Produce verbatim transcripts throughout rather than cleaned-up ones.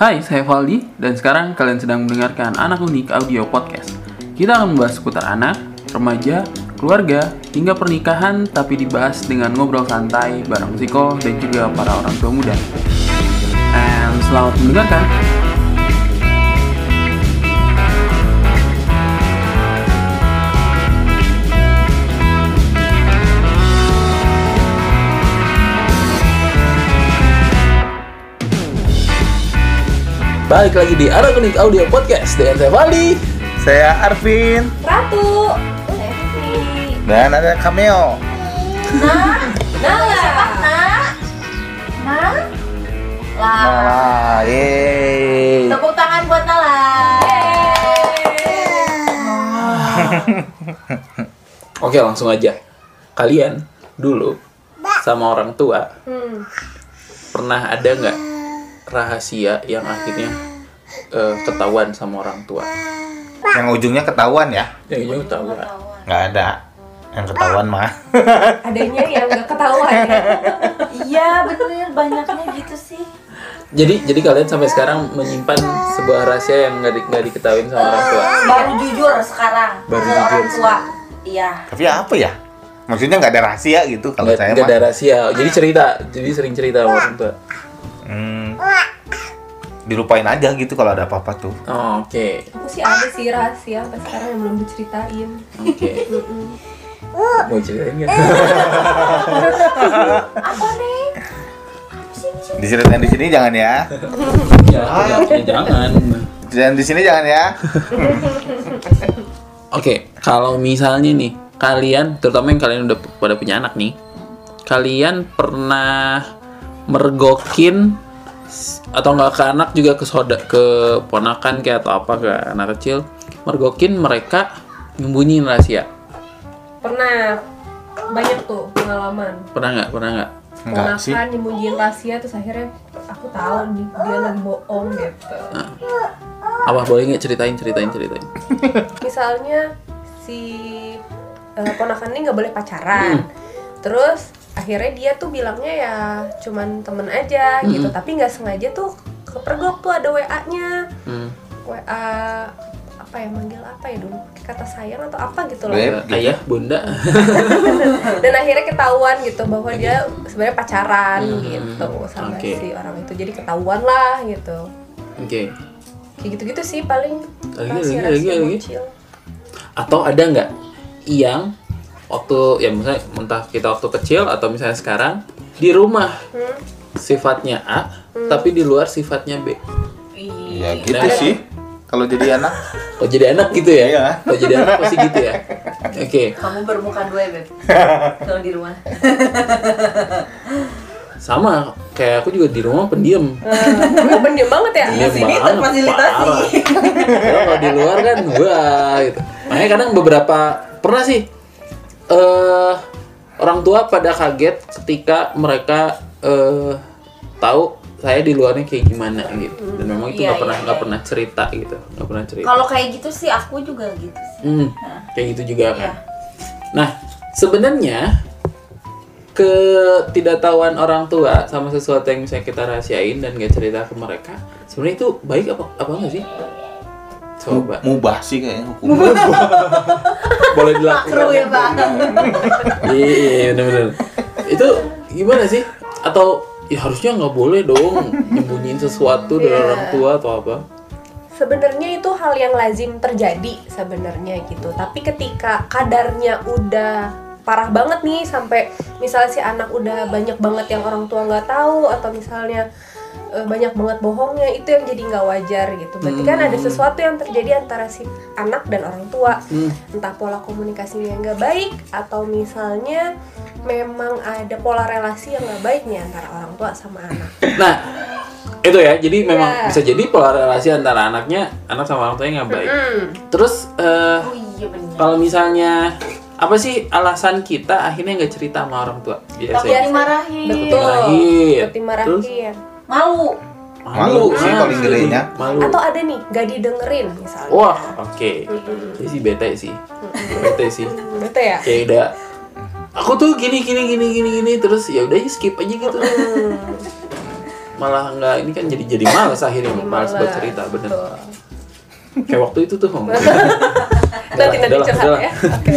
Hai, saya Valdi, dan sekarang kalian sedang mendengarkan Anak Unik Audio Podcast. Kita akan membahas seputar anak, remaja, keluarga, hingga pernikahan, tapi dibahas dengan ngobrol santai bareng psikolog dan juga para orang tua muda. And selamat mendengarkan. Balik lagi di Anak Unik Audio Podcast dengan saya Valdi, saya Arvin, Ratu, saya Vivi, dan ada cameo. Nah, Nala, siapa? Nah, Nah, Lah. Nah, yeay. Tepuk tangan buat Nala. Oke, langsung aja. Kalian dulu sama orang tua Hmm. pernah ada nggak rahasia yang akhirnya uh, ketahuan sama orang tua? Yang ujungnya ketahuan ya? Yang ujungnya ketahuan. Nggak ada. Yang ketahuan mah. Adanya yang nggak ketahuan ya. Iya bener, banyaknya gitu sih. Jadi jadi kalian sampai sekarang menyimpan sebuah rahasia yang nggak di, nggak diketahui sama orang tua. Baru jujur sekarang Baru ke jujur orang tua. sekarang. Iya. Tapi apa ya? Maksudnya nggak ada rahasia gitu kalau Nggak saya nggak mah. ada rahasia. Jadi cerita. Jadi sering cerita sama orang tua. Hmm, dilupain aja gitu kalau ada apa-apa tuh. Oh, Oke. Aku sih ada sih rahasia sampai sekarang yang belum diceritain. Oke. Mm-mm. Mau ceritain nggak? Apa nih? Diceritain di sini jangan ya. Ya, ya, ya, jangan. Diceritain di sini jangan ya. Oke, kalau misalnya nih kalian, terutama yang kalian udah pada punya anak nih, kalian pernah mergokin atau nggak ke anak juga ke soda, ke ponakan kayak atau apa ke anak kecil, mergokin mereka nyembunyiin rahasia? Pernah banyak tuh pengalaman. Pernah nggak? Pernah nggak? Enggak sih. Ponakan nyembunyiin rahasia terus akhirnya aku tahu nih dia lagi bohong gitu. Apa boleh nggak ceritain, ceritain, ceritain? Misalnya si uh, ponakan ini nggak boleh pacaran, terus akhirnya dia tuh bilangnya ya cuman temen aja gitu, Hmm. tapi nggak sengaja tuh kepergok tuh ada W A-nya, Hmm. W A apa ya, manggil apa ya dulu, kata sayang atau apa gitu loh. Beb. Gitu. Ayah, bunda. Dan akhirnya ketahuan gitu bahwa dia sebenarnya pacaran Hmm. gitu sama Oke. si orang itu, jadi ketahuan lah gitu. Oke. Kayak gitu-gitu sih paling Lagi, lagi, rahasia-rahasia lagi, lagi. bocil. Atau ada nggak yang waktu ya misalnya entah kita waktu kecil atau misalnya sekarang di rumah Hmm. sifatnya A tapi di luar sifatnya B. Ya gitu Nah. sih. Kalau jadi anak. Oh jadi anak gitu ya? Iya. Oh jadi anak pasti gitu ya? Oke. Kamu bermuka dua ya, Beb. Kalau di rumah. Sama kayak aku juga di rumah pendiam. Gue pendiam banget ya. Pendiam sini banget. terfasilitasi. Parah. Padahal kalau di luar kan wah gitu. Makanya kadang beberapa pernah sih eh orang tua pada kaget ketika mereka eh tahu saya di luarnya kayak gimana gitu. Dan memang itu Iya, nggak pernah iya, nggak iya. pernah cerita gitu, nggak pernah cerita. Kalau kayak gitu sih aku juga gitu sih. Hmm, kayak gitu juga kan. Iya. Nah, sebenarnya ketidaktahuan orang tua sama sesuatu yang misalnya kita rahasiain dan gak cerita ke mereka, sebenarnya itu baik apa apa enggak sih? Coba. Mubah sih kayaknya hukum. Boleh dilakukan. Makruh ya, Bang. Iya, iya, benar-benar. Itu gimana sih? Atau ya harusnya nggak boleh dong nyembunyiin sesuatu dari Iya. orang tua atau apa? Sebenarnya itu hal yang lazim terjadi sebenarnya gitu. Tapi ketika kadarnya udah parah banget nih, sampai misalnya si anak udah banyak banget yang orang tua nggak tahu, atau misalnya eh, banyak banget bohongnya, itu yang jadi nggak wajar gitu. Berarti kan ada sesuatu yang terjadi antara si anak dan orang tua. Hmm. Entah pola komunikasinya yang nggak baik, atau misalnya memang ada pola relasi yang nggak baik nih antara orang tua sama anak. Nah, itu ya. Jadi memang Iya. bisa jadi pola relasi antara anaknya, anak sama orang tuanya nggak baik. Hmm. Terus eh, Oh iya benar. kalau misalnya apa sih alasan kita akhirnya nggak cerita sama orang tua? Takut Biasanya dimarahin. Betul. Dimarahin. Takut dimarahin. Malu. Malu sih Ah, paling gedenya. Malu. Atau ada nih, gak didengerin misalnya. Wah, oke. Ini sih bete sih. Bete sih. Betul ya? Kayak udah aku tuh gini gini gini gini gini terus ya udah skip aja gitu. malah nggak ini kan jadi jadi malas akhirnya Jadi malas buat malas. cerita bener. Betul. Kayak waktu itu tuh. Nanti nanti Udah lah, curhat udah lah. ya. Oke.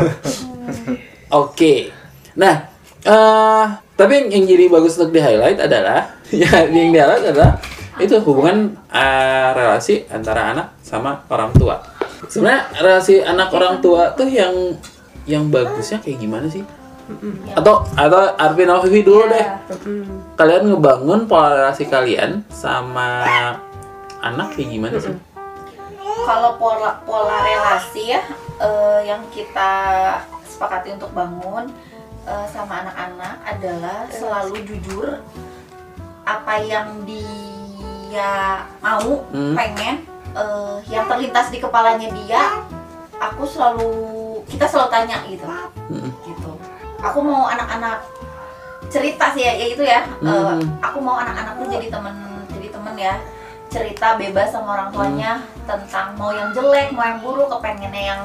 Oke. Nah, eh tapi yang, yang jadi bagus untuk di highlight adalah ya yang di highlight adalah itu hubungan eh, relasi antara anak sama orang tua. Sebenarnya relasi anak orang tua tuh yang yang bagusnya kayak gimana sih? Atau atau Arvin atau Vivi dulu deh. Ya. Mm-mm. Kalian ngebangun pola relasi kalian sama anak kayak gimana sih? Kalau pola pola relasi ya eh, yang kita sepakati untuk bangun eh, sama anak-anak adalah selalu jujur apa yang dia mau, Hmm. pengen, eh, yang terlintas di kepalanya dia, aku selalu kita selalu tanya gitu, Hmm. gitu. Aku mau anak-anak cerita sih ya, ya itu ya. Eh, Hmm. aku mau anak-anak tuh jadi temen, jadi temen ya. Cerita bebas sama orang tuanya tentang mau yang jelek, mau yang buruk, kepengennya yang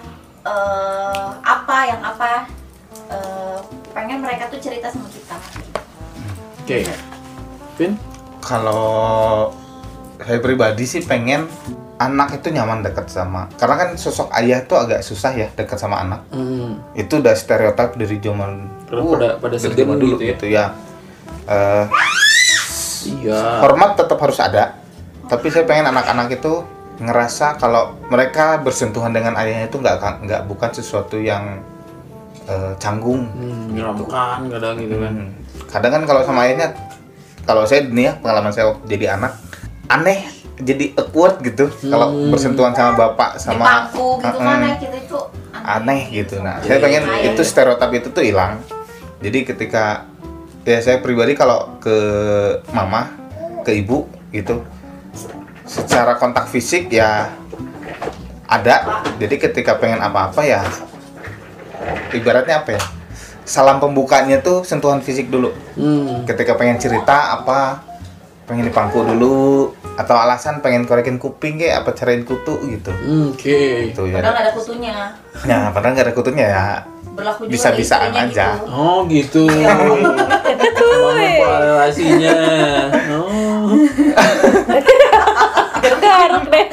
eh, apa, yang apa. Eh, pengen mereka tuh cerita sama kita. Oke. Vin? Kalau saya pribadi sih pengen anak itu nyaman dekat sama, karena kan sosok ayah tuh agak susah ya dekat sama anak. Hmm. Itu udah stereotip dari zaman Pada- uh, pada- pada dari segan zaman dulu gitu ya. gitu ya. Eh, Iya. hormat tetap harus ada, tapi saya pengen anak-anak itu ngerasa kalau mereka bersentuhan dengan ayahnya itu nggak nggak bukan sesuatu yang eh, canggung. Hmm, menyeramkan kadang gitu kan. Hmm. Kadang kan kalau sama ayahnya, kalau saya nih ya pengalaman saya waktu jadi anak, aneh, jadi awkward gitu kalau Hmm. bersentuhan sama bapak Di sama pangku gitu Mm-mm. kan ya, kita itu aneh gitu. Nah, Iya, saya pengen iya, itu iya. stereotip itu tuh hilang. Jadi ketika ya saya pribadi kalau ke mama, ke ibu gitu, secara kontak fisik ya ada. Jadi ketika pengen apa-apa ya ibaratnya apa ya? Salam pembukanya tuh sentuhan fisik dulu. Hmm. Ketika pengen cerita apa, pengen dipangku dulu, atau alasan pengen korekin kuping kayak apa cariin kutu gitu. Oke. Gitu ya. padahal nggak ada kutunya, Nah, padahal nggak ada kutunya ya. berlaku juga Bisa-bisaan istrinya aja. gitu. Oh gitu. Bangun pola relasinya. Oh. Garuk deh.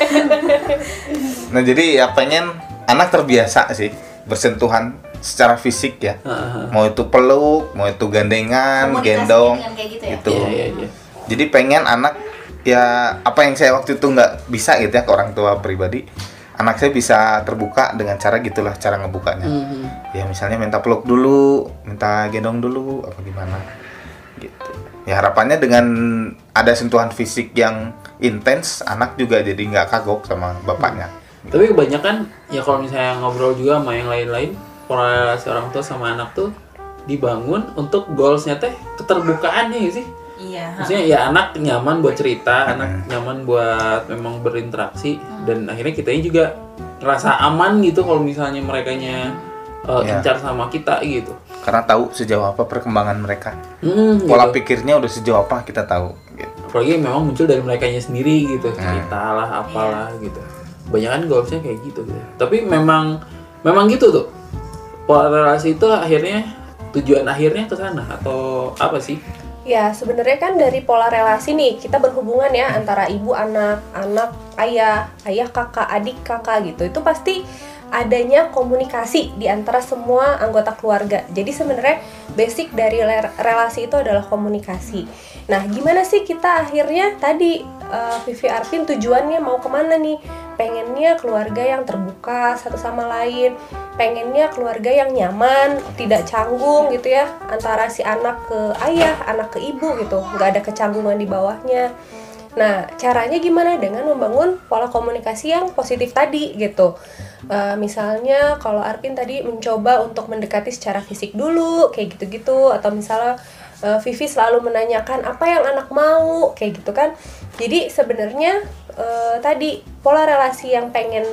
Nah, jadi ya pengen anak terbiasa sih bersentuhan secara fisik ya. Heeh. Mau itu peluk, mau itu gandengan, Komunikasi gendong, dengan kayak gitu ya. gitu. Iya iya iya. Jadi pengen anak ya apa yang saya waktu itu nggak bisa gitu ya ke orang tua pribadi, anak saya bisa terbuka dengan cara gitulah cara ngebukanya. Hmm. Ya misalnya minta peluk dulu, minta gendong dulu, apa gimana gitu. Ya harapannya dengan ada sentuhan fisik yang intens, anak juga jadi nggak kagok sama bapaknya. Tapi kebanyakan ya kalau misalnya ngobrol juga sama yang lain-lain, pola relasi orang tua sama anak tuh dibangun untuk goalsnya teh keterbukaan ya sih. Iya. Maksudnya ya anak nyaman buat cerita, anak nyaman buat memang berinteraksi, dan akhirnya kitanya juga ngerasa aman gitu kalau misalnya merekanya uh, Ya. incar sama kita gitu. Karena tahu sejauh apa perkembangan mereka. Hmm, Pola gitu. pikirnya udah sejauh apa kita tahu gitu. Apalagi memang muncul dari merekanya sendiri gitu, cerita lah apalah gitu. Kebanyakan goalsnya kayak gitu, gitu. Tapi memang memang gitu tuh. Pola relasi itu akhirnya tujuan akhirnya ke sana atau apa sih? Ya, sebenarnya kan dari pola relasi nih, kita berhubungan ya antara ibu, anak, anak, ayah, ayah, kakak, adik, kakak gitu. Itu pasti adanya komunikasi di antara semua anggota keluarga. Jadi sebenarnya basic dari le- relasi itu adalah komunikasi. Nah, gimana sih kita akhirnya tadi uh, Vivi Arvin tujuannya mau kemana nih? Pengennya keluarga yang terbuka satu sama lain, pengennya keluarga yang nyaman, tidak canggung gitu ya, antara si anak ke ayah, anak ke ibu gitu, nggak ada kecanggungan di bawahnya. Nah, caranya gimana? Dengan membangun pola komunikasi yang positif tadi gitu. Uh, misalnya kalau Arvin tadi mencoba untuk mendekati secara fisik dulu, kayak gitu-gitu, atau misalnya uh, Vivi selalu menanyakan apa yang anak mau, kayak gitu kan. Jadi sebenarnya uh, tadi pola relasi yang pengen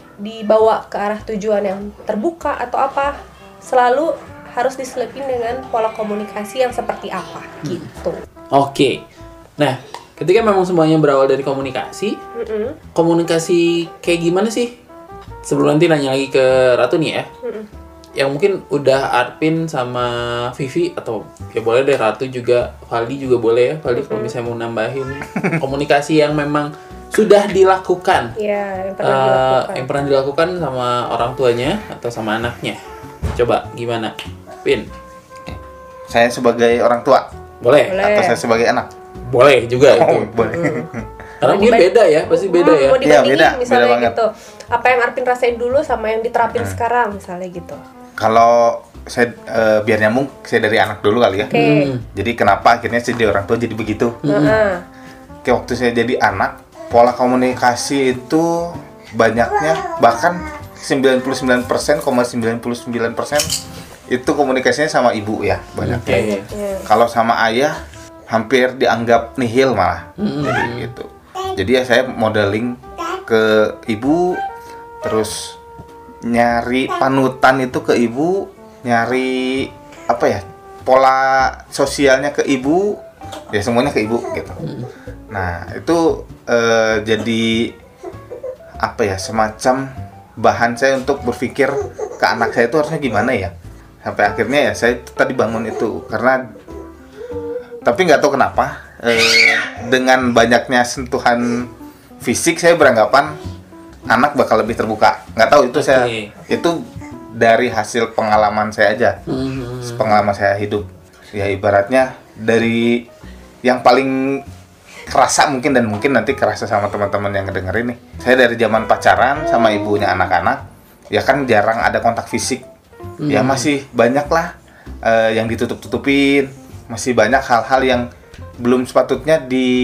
dibawa ke arah tujuan yang terbuka atau apa, selalu harus diselipin dengan pola komunikasi yang seperti apa gitu. Oke. Nah, ketika memang semuanya berawal dari komunikasi, Mm-mm. komunikasi kayak gimana sih? Sebelum nanti nanya lagi ke Ratu nih ya. Mm-mm. yang mungkin udah Arpin sama Vivi atau ya boleh deh Ratu juga, Valdi juga boleh ya. Valdi kalau misalnya mau nambahin komunikasi yang memang sudah dilakukan. Iya, yang pernah Eh, dilakukan. yang pernah dilakukan sama orang tuanya atau sama anaknya. Coba gimana? Pin. Saya sebagai orang tua Boleh. Boleh. atau saya sebagai anak? Boleh juga itu. Oh, boleh. Karena Mau mungkin diband- beda ya, pasti beda Hmm, ya. Mau dibandingin beda, misalnya beda banget. gitu. Apa yang Arpin rasain dulu sama yang diterapin Hmm. sekarang misalnya gitu. Kalau saya eh, biar nyambung, saya dari anak dulu kali ya. Oke. Hmm. Jadi kenapa akhirnya saya jadi orang tua jadi begitu? Heeh. Kayak waktu saya jadi anak, pola komunikasi itu banyaknya bahkan sembilan puluh sembilan persen, sembilan puluh sembilan persen itu komunikasinya sama ibu ya banyaknya. Oke. Iya. Kalau sama ayah hampir dianggap nihil malah. Hmm. Jadi gitu. Jadi ya saya modeling ke ibu, terus nyari panutan itu ke ibu, nyari apa ya, pola sosialnya ke ibu, ya semuanya ke ibu gitu. Nah itu eh, jadi apa ya, semacam bahan saya untuk berpikir ke anak saya itu harusnya gimana ya, sampai akhirnya ya saya tadi bangun itu karena, tapi nggak tahu kenapa eh, dengan banyaknya sentuhan fisik saya beranggapan anak bakal lebih terbuka. Nggak tahu itu saya, Oke. itu dari hasil pengalaman saya aja, Hmm. pengalaman saya hidup ya, ibaratnya dari yang paling kerasa mungkin, dan mungkin nanti kerasa sama teman-teman yang ngedengerin nih. Saya dari zaman pacaran sama ibunya anak-anak ya kan jarang ada kontak fisik. Ya masih banyak lah eh, yang ditutup-tutupin, masih banyak hal-hal yang belum sepatutnya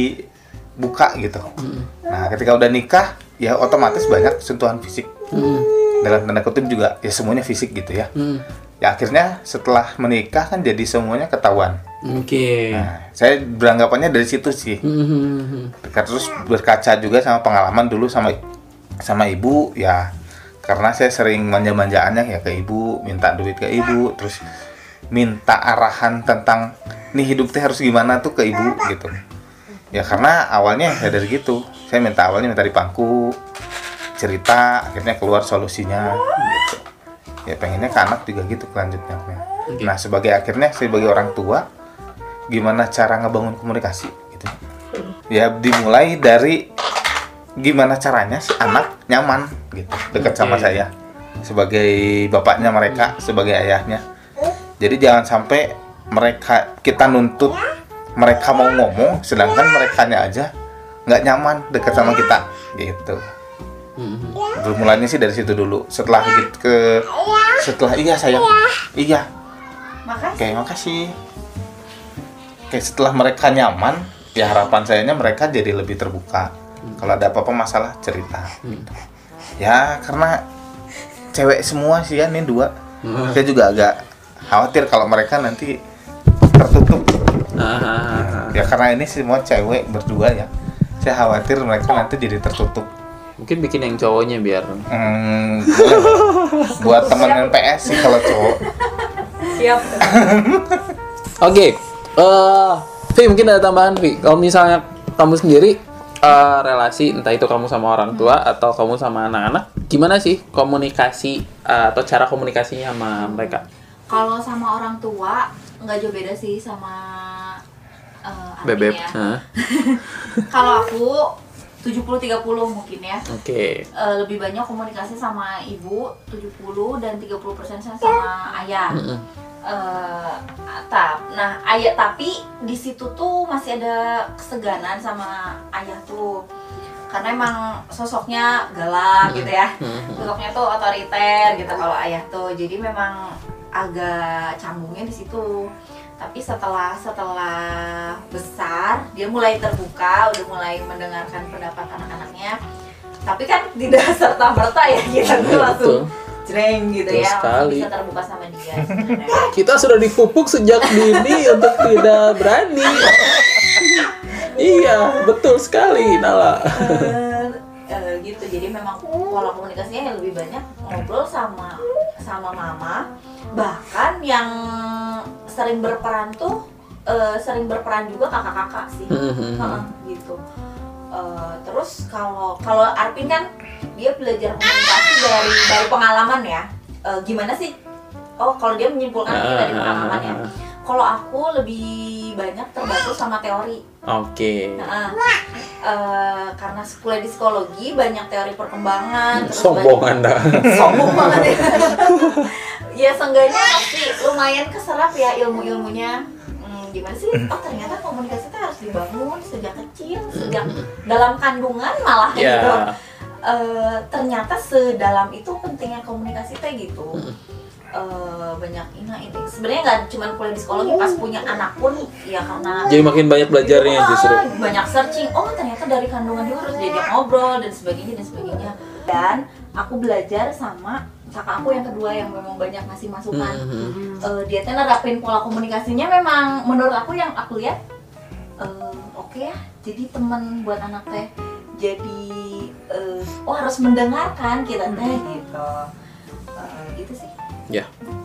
dibuka gitu. Nah ketika udah nikah ya otomatis banyak sentuhan fisik, Hmm. dalam tanda kutip juga ya semuanya fisik gitu ya. Hmm. Ya akhirnya setelah menikah kan jadi semuanya ketahuan. Oke. Nah, saya beranggapannya dari situ sih. Hmm. Terus berkaca juga sama pengalaman dulu sama sama ibu ya, karena saya sering manja-manjaannya ya ke ibu, minta duit ke ibu, terus minta arahan tentang nih hidup teh harus gimana tuh ke ibu gitu. Ya karena awalnya ya dari gitu, saya minta awalnya minta dipangku, cerita, akhirnya keluar solusinya gitu. Ya pengennya ke anak juga gitu kelanjutnya. Oke. Nah sebagai akhirnya saya sebagai orang tua, gimana cara ngebangun komunikasi gitu. Ya dimulai dari gimana caranya si anak nyaman gitu dekat sama Oke. saya sebagai bapaknya mereka, sebagai ayahnya. Jadi jangan sampai mereka, kita nuntut mereka mau ngomong sedangkan merekanya aja nggak nyaman dekat sama kita gitu. Hmm. Bermulanya sih dari situ dulu. Setelah gitu ke setelah iya sayang. Iya. Makasih. Oke, makasih. Oke, setelah mereka nyaman, ya harapan sayanya mereka jadi lebih terbuka. Kalau ada apa-apa masalah cerita. Gitu. Ya, karena cewek semua sih ya, ini dua. Hmm. Saya juga agak khawatir kalau mereka nanti tertutup. Ah. Ya karena ini semua cewek berdua ya. Saya khawatir mereka nanti jadi tertutup. Mungkin bikin yang cowoknya biar. Hmm, boleh. Buat teman N P S sih kalau cowok. Siap. Oke. Eh, Vi mungkin ada tambahan Vi. Kalau misalnya kamu sendiri eh, relasi entah itu kamu sama orang tua atau kamu sama anak-anak, gimana sih komunikasi eh, atau cara komunikasinya sama mereka? Kalau sama orang tua nggak jauh beda sih sama eh, Arvin Bebek. ya. Hah? Kalau aku tujuh puluh tiga puluh mungkin ya. Oke. Eh, lebih banyak komunikasi sama ibu tujuh puluh dan tiga puluh persen sama ayah. Mm-mm. Eh, tap. Nah, ayah tapi di situ tuh masih ada keseganan sama ayah tuh. Karena emang sosoknya galak gitu ya. Mm-mm. Sosoknya tuh otoriter gitu kalau ayah tuh. Jadi memang agak canggungnya di situ. Tapi setelah setelah besar dia mulai terbuka, udah mulai mendengarkan pendapat anak-anaknya. Tapi kan tidak serta merta ya kita tuh Iya, langsung betul. jreng gitu Betul ya, langsung sekali. bisa terbuka sama dia sebenarnya. Kita sudah dipupuk sejak dini untuk tidak berani. Iya, betul sekali, Nala. Eh, eh, gitu. Jadi memang pola komunikasinya yang lebih banyak ngobrol sama sama mama. Bahkan yang sering berperan tuh eh, sering berperan juga kakak-kakak sih. Mhm. Heeh, gitu. Eh, terus kalau kalau Arpin kan dia belajar komunikasi dari dari pengalaman ya. Eh, gimana sih oh kalau dia menyimpulkan ini dari pengalamannya. Ah. Kalau aku lebih banyak terbantu sama teori. Oke. Nah, uh, karena kuliah di psikologi banyak teori perkembangan. terus Sombong banyak- Anda. Sombong banget ya. Ya seenggaknya pasti lumayan keserap ya ilmu-ilmunya. Hmm, gimana sih? Oh ternyata komunikasi itu harus dibangun sejak kecil, sejak dalam kandungan malah Ya. gitu. Uh, ternyata sedalam itu pentingnya komunikasi teh gitu. Uh, banyak ini ini sebenarnya nggak cuma kuliah di psikologi, pas punya anak pun ya karena Jadi makin banyak belajarnya justru. Ah, banyak searching, oh ternyata dari kandungan juga harus diajak ngobrol dan sebagainya dan sebagainya. Dan aku belajar sama kakak aku yang kedua yang memang banyak ngasih masukan. Mhm. Eh, dia tuh nerapin pola komunikasinya memang menurut aku yang aku lihat eh, oke ya, jadi teman buat anak teh jadi eh, oh harus mendengarkan kita teh gitu. Eh, gitu sih. Ya.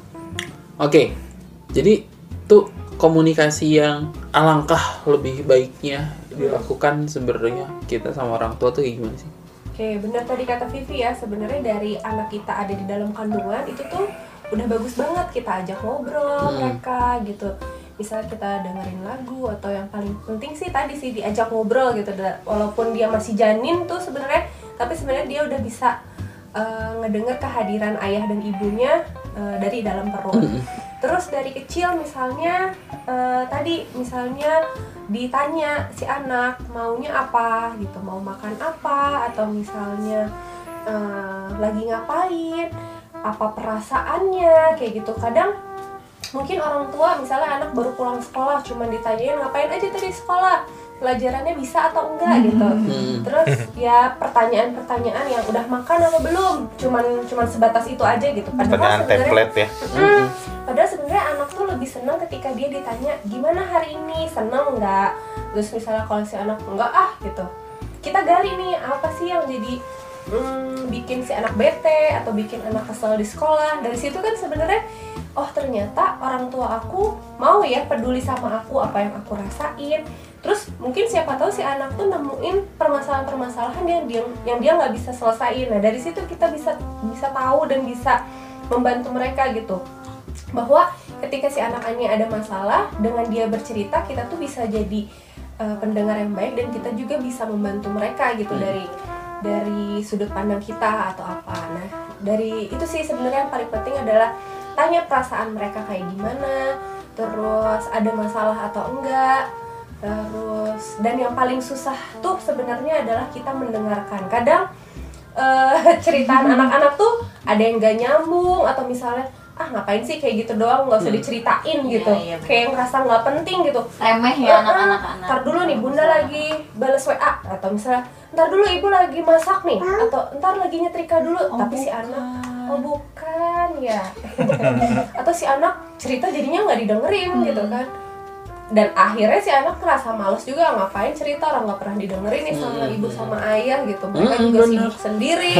Oke. Jadi tuh komunikasi yang alangkah lebih baiknya dilakukan sebenarnya kita sama orang tua tuh kayak gimana sih? Oke, benar tadi kata Vivi ya, sebenarnya dari anak kita ada di dalam kandungan itu tuh udah bagus banget kita ajak ngobrol Hmm. mereka gitu. Misalnya kita dengerin lagu atau yang paling penting sih tadi sih diajak ngobrol gitu. Da- Walaupun dia masih janin tuh sebenarnya, tapi sebenarnya dia udah bisa uh, ngedenger kehadiran ayah dan ibunya uh, dari dalam perut. Mm-mm. Terus dari kecil misalnya uh, tadi misalnya ditanya si anak maunya apa gitu, mau makan apa, atau misalnya uh, lagi ngapain, apa perasaannya kayak gitu. Kadang mungkin orang tua misalnya anak baru pulang sekolah cuman ditanyain ngapain aja tadi sekolah, pelajarannya bisa atau enggak gitu. Hmm. Terus ya pertanyaan-pertanyaan yang udah makan apa belum, cuman cuman sebatas itu aja gitu. Pertanyaan sebenarnya- template ya. Hmm, padahal sebenarnya anak tuh lebih senang ketika dia ditanya gimana hari ini, senang nggak? Terus misalnya kalau si anak enggak ah gitu, kita gali nih apa sih yang jadi hmm, bikin si anak bete atau bikin anak kesel di sekolah. Dari situ kan sebenarnya oh ternyata orang tua aku mau ya peduli sama aku, apa yang aku rasain. Terus mungkin siapa tahu si anak tuh nemuin permasalahan-permasalahan yang dia yang dia nggak bisa selesaiin. Nah dari situ kita bisa bisa tahu dan bisa membantu mereka gitu, bahwa ketika si anak ini ada masalah, dengan dia bercerita kita tuh bisa jadi uh, pendengar yang baik dan kita juga bisa membantu mereka gitu dari dari sudut pandang kita atau apa. Nah dari itu sih sebenarnya yang paling penting adalah tanya perasaan mereka kayak gimana, terus ada masalah atau enggak. Terus dan yang paling susah tuh sebenarnya adalah kita mendengarkan. Kadang uh, ceritaan anak-anak tuh ada yang gak nyambung atau misalnya ah ngapain sih kayak gitu doang, nggak usah diceritain gitu. iya, bener. Kayak yang ngerasa nggak penting gitu. Remeh ya anak-anak anak. Ntar dulu nih bunda lagi balas W A, atau misalnya ntar dulu ibu lagi masak nih, atau ntar lagi nyetrika dulu. Oh, Tapi si bukan. anak oh bukan ya. Atau si anak cerita jadinya nggak didengerin gitu kan. Dan akhirnya si anak kerasa males juga, ngapain cerita orang nggak pernah didengerin nih sama ibu sama ayah gitu. Mereka Hmm, juga bener. sibuk sendiri.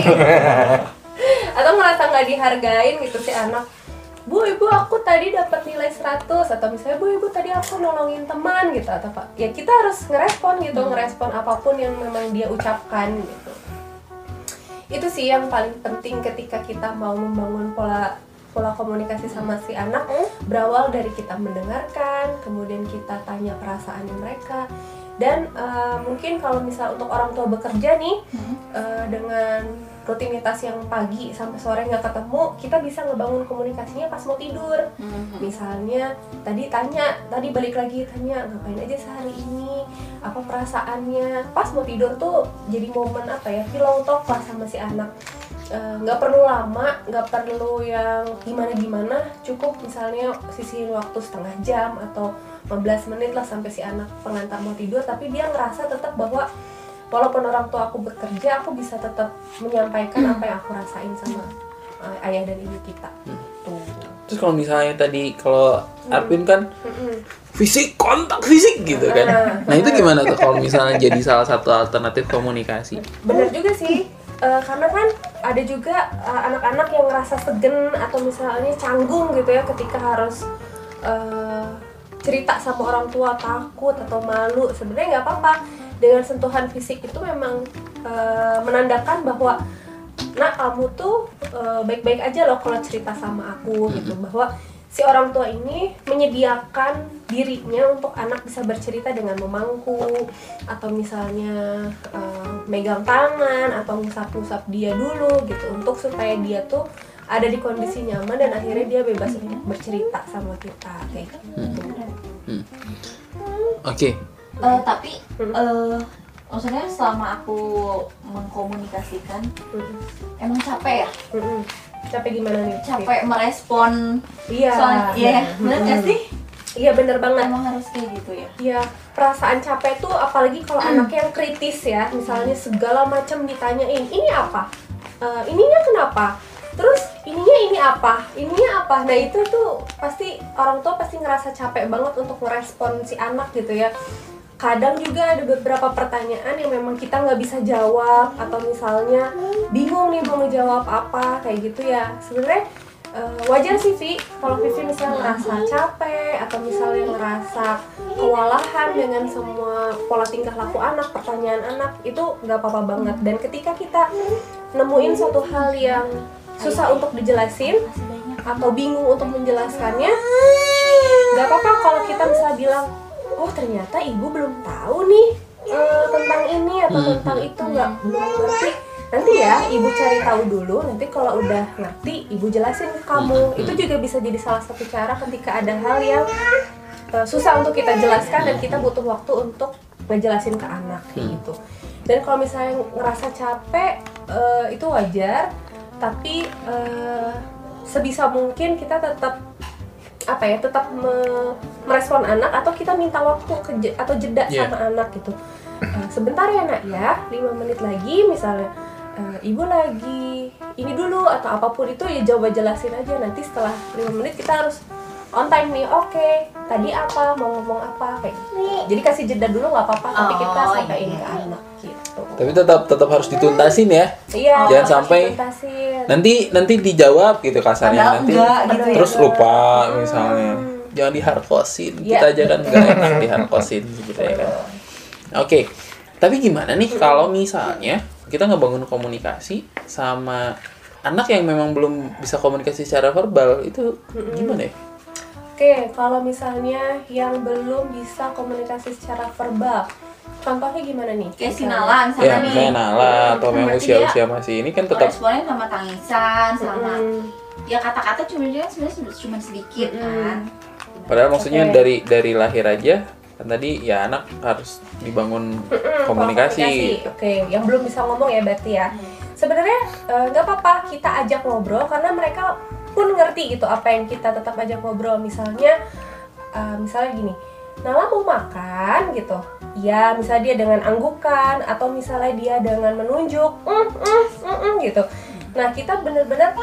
Atau ngerasa nggak dihargain gitu si anak. Bu, ibu aku tadi dapat nilai seratus, atau misalnya bu, ibu tadi aku nolongin teman gitu, atau apa. Ya kita harus ngerespon gitu, ngerespon apapun yang memang dia ucapkan gitu. Itu sih yang paling penting ketika kita mau membangun pola pola komunikasi sama si anak, berawal dari kita mendengarkan, kemudian kita tanya perasaannya mereka. Dan uh, mungkin kalau misal untuk orang tua bekerja nih, uh, dengan rutinitas yang pagi sampai sore nggak ketemu, kita bisa ngebangun komunikasinya pas mau tidur. Misalnya tadi tanya, tadi balik lagi tanya ngapain aja sehari ini, apa perasaannya. Pas mau tidur tuh jadi momen apa ya, pillow talk lah sama si anak. Nggak uh, perlu lama, nggak perlu yang gimana-gimana, cukup misalnya sisihin waktu setengah jam atau lima belas menit lah sampai si anak pengantar mau tidur, tapi dia ngerasa tetap bahwa walaupun orang tua aku bekerja, aku bisa tetap menyampaikan apa yang aku rasain sama uh, ayah dan ibu kita. Tuh. Terus kalau misalnya tadi kalau Arvin kan Mm-mm. fisik, kontak fisik gitu kan. Nah itu gimana tuh kalau misalnya jadi salah satu alternatif komunikasi? Bener juga sih, uh, karena kan ada juga uh, anak-anak yang ngerasa segen atau misalnya canggung gitu ya ketika harus uh, cerita sama orang tua, takut atau malu. Sebenarnya nggak apa-apa, dengan sentuhan fisik itu memang uh, menandakan bahwa nah kamu tuh uh, baik-baik aja loh kalau cerita sama aku gitu, bahwa si orang tua ini menyediakan dirinya untuk anak bisa bercerita dengan memangku atau misalnya uh, megang tangan atau ngusap-ngusap dia dulu gitu, untuk supaya dia tuh ada di kondisi nyaman dan akhirnya dia bebas untuk bercerita sama kita kayak gitu. Hmm. Oke. Okay. Uh, tapi uh, maksudnya selama aku mengkomunikasikan, Mm-mm. emang capek ya? Mm-mm. Capek gimana nih? Capek merespon. Iya. Soalnya, iya, bener nggak sih? Iya bener banget. Emang harus kayak gitu ya? Iya, perasaan capek tuh apalagi kalau anaknya yang kritis ya, misalnya segala macam ditanyain, ini apa? Uh, ininya kenapa? Terus ininya ini apa? Ininya apa? Nah itu tuh pasti orang tua pasti ngerasa capek banget untuk merespon si anak gitu ya. Kadang juga ada beberapa pertanyaan yang memang kita nggak bisa jawab, atau misalnya bingung nih mau ngejawab apa kayak gitu ya. Sebenarnya uh, wajar sih Vi, kalau Vivi misalnya ngerasa capek atau misalnya ngerasa kewalahan dengan semua pola tingkah laku anak, pertanyaan anak, itu nggak apa-apa banget. Dan ketika kita nemuin suatu hal yang susah untuk dijelasin atau bingung untuk menjelaskannya, nggak apa-apa kalau kita bisa bilang, oh ternyata ibu belum tahu nih uh, tentang ini atau tentang itu, nggak belum ngerti. Nanti ya ibu cari tahu dulu, nanti kalau udah ngerti ibu jelasin ke kamu. Itu juga bisa jadi salah satu cara ketika ada hal yang uh, susah untuk kita jelaskan dan kita butuh waktu untuk ngejelasin ke anak kayak gitu. Dan kalau misalnya ngerasa capek, uh, itu wajar, tapi uh, sebisa mungkin kita tetap apa ya, tetap me- merespon anak atau kita minta waktu ke je- atau jeda Yeah. sama anak gitu. Uh, sebentar ya nak ya, lima menit lagi misalnya uh, ibu lagi ini dulu atau apapun itu, ya coba jelasin aja. Nanti setelah lima menit kita harus on time nih, oke okay, tadi apa, mau ngomong apa kayak gitu. Jadi kasih jeda dulu nggak apa-apa, tapi kita Oh, sampaiin iya. ke anak gitu. Tapi tetap tetap harus dituntasin ya. Iya, Jangan harus sampai dituntasin. Nanti nanti dijawab gitu kasarnya, Padahal nanti enggak gitu ya. terus lupa misalnya. Jangan diharkosin. Iya. Kita aja kan nggak enak diharkosin gitu ya kan. Oke. Tapi gimana nih kalau misalnya kita ngebangun komunikasi sama anak yang memang belum bisa komunikasi secara verbal, itu gimana ya? Oke, kalau misalnya yang belum bisa komunikasi secara verbal, contohnya gimana nih? Kayak si Misalnya. Nala misalnya Ya, nih. misalnya Nala atau Hmm, memang berarti usia-usia masih ini kan tetap Responnya sama tangisan, sama Mm-mm. ya kata-kata cuma dia sebenarnya cuma sedikit kan. padahal maksudnya Oke. dari dari lahir aja kan tadi ya anak harus dibangun Mm-mm, komunikasi. Oke, yang belum bisa ngomong ya berarti ya. Sebenarnya eh, nggak apa-apa kita ajak ngobrol, karena mereka pun ngerti gitu apa yang kita tetap ajak ngobrol. Misalnya, eh, misalnya gini, Nala mau makan gitu. Ya, misalnya dia dengan anggukan atau misalnya dia dengan menunjuk, mm, mm, mm, mm, gitu. Nah, kita bener-bener